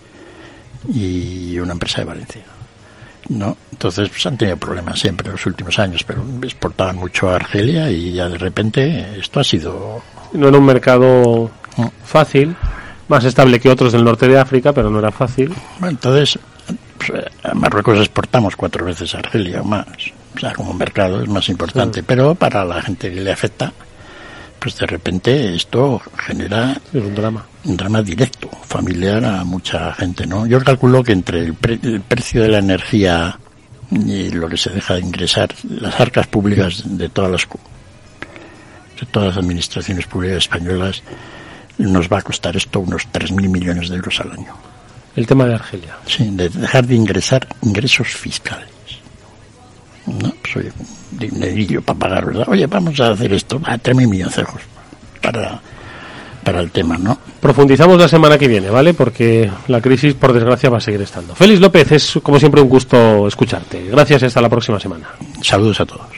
y una empresa de Valencia. No, entonces pues han tenido problemas siempre en los últimos años, pero exportaban mucho a Argelia y ya de repente esto ha sido... No era un mercado fácil, más estable que otros del norte de África, pero no era fácil. Bueno, entonces pues, a Marruecos exportamos cuatro veces a Argelia o más, o sea, como mercado es más importante, sí. Pero para la gente que le afecta, pues de repente esto genera es un drama. Un drama directo, familiar a mucha gente, ¿no? Yo calculo que entre el, pre- el precio de la energía y lo que se deja de ingresar, las arcas públicas de todas las de todas las administraciones públicas españolas, nos va a costar esto unos tres mil millones de euros al año. El tema de Argelia. Sí, de dejar de ingresar ingresos fiscales. ¿No? Pues oye, dinerillo para pagar, ¿verdad? Oye, vamos a hacer esto, a tres mil millones de euros para, para el tema, ¿no? Profundizamos la semana que viene, ¿vale? Porque la crisis, por desgracia, va a seguir estando. Félix López, es como siempre un gusto escucharte. Gracias y hasta la próxima semana. Saludos a todos.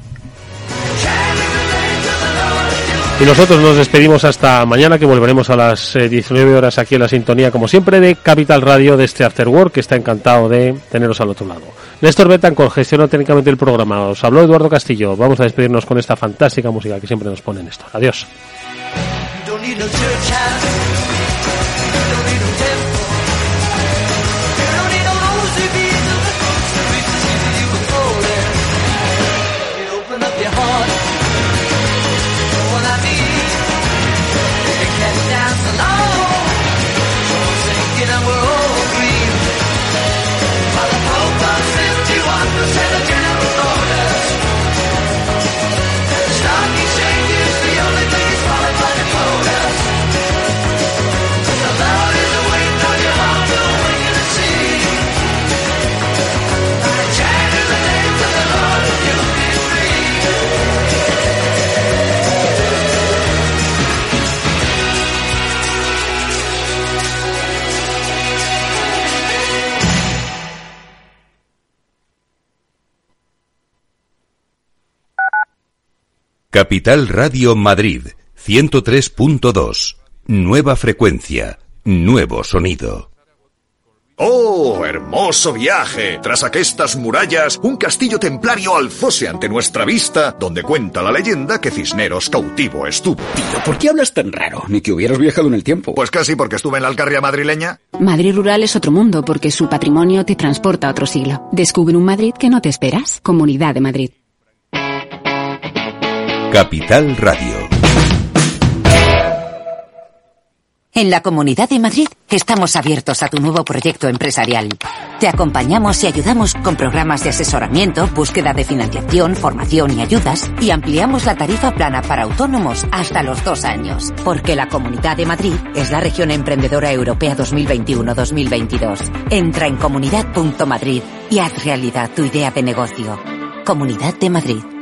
Y nosotros nos despedimos hasta mañana, que volveremos a las eh, diecinueve horas aquí en la sintonía, como siempre, de Capital Radio, de este After Work, que está encantado de teneros al otro lado. Néstor Betancourt gestionó técnicamente el programa. Os habló Eduardo Castillo. Vamos a despedirnos con esta fantástica música que siempre nos pone Néstor. Adiós. Capital Radio Madrid, ciento tres punto dos. Nueva frecuencia, nuevo sonido. ¡Oh, hermoso viaje! Tras aquestas murallas, un castillo templario alzóse ante nuestra vista, donde cuenta la leyenda que Cisneros cautivo estuvo. Tío, ¿por qué hablas tan raro? Ni que hubieras viajado en el tiempo. Pues casi, porque estuve en la Alcarria madrileña. Madrid rural es otro mundo, porque su patrimonio te transporta a otro siglo. Descubre un Madrid que no te esperas. Comunidad de Madrid. Capital Radio. En la Comunidad de Madrid estamos abiertos a tu nuevo proyecto empresarial. Te acompañamos y ayudamos con programas de asesoramiento, búsqueda de financiación, formación y ayudas, y ampliamos la tarifa plana para autónomos hasta los dos años. Porque la Comunidad de Madrid es la región emprendedora europea dos mil veintiuno dos mil veintidós. Entra en comunidad punto madrid y haz realidad tu idea de negocio. Comunidad de Madrid.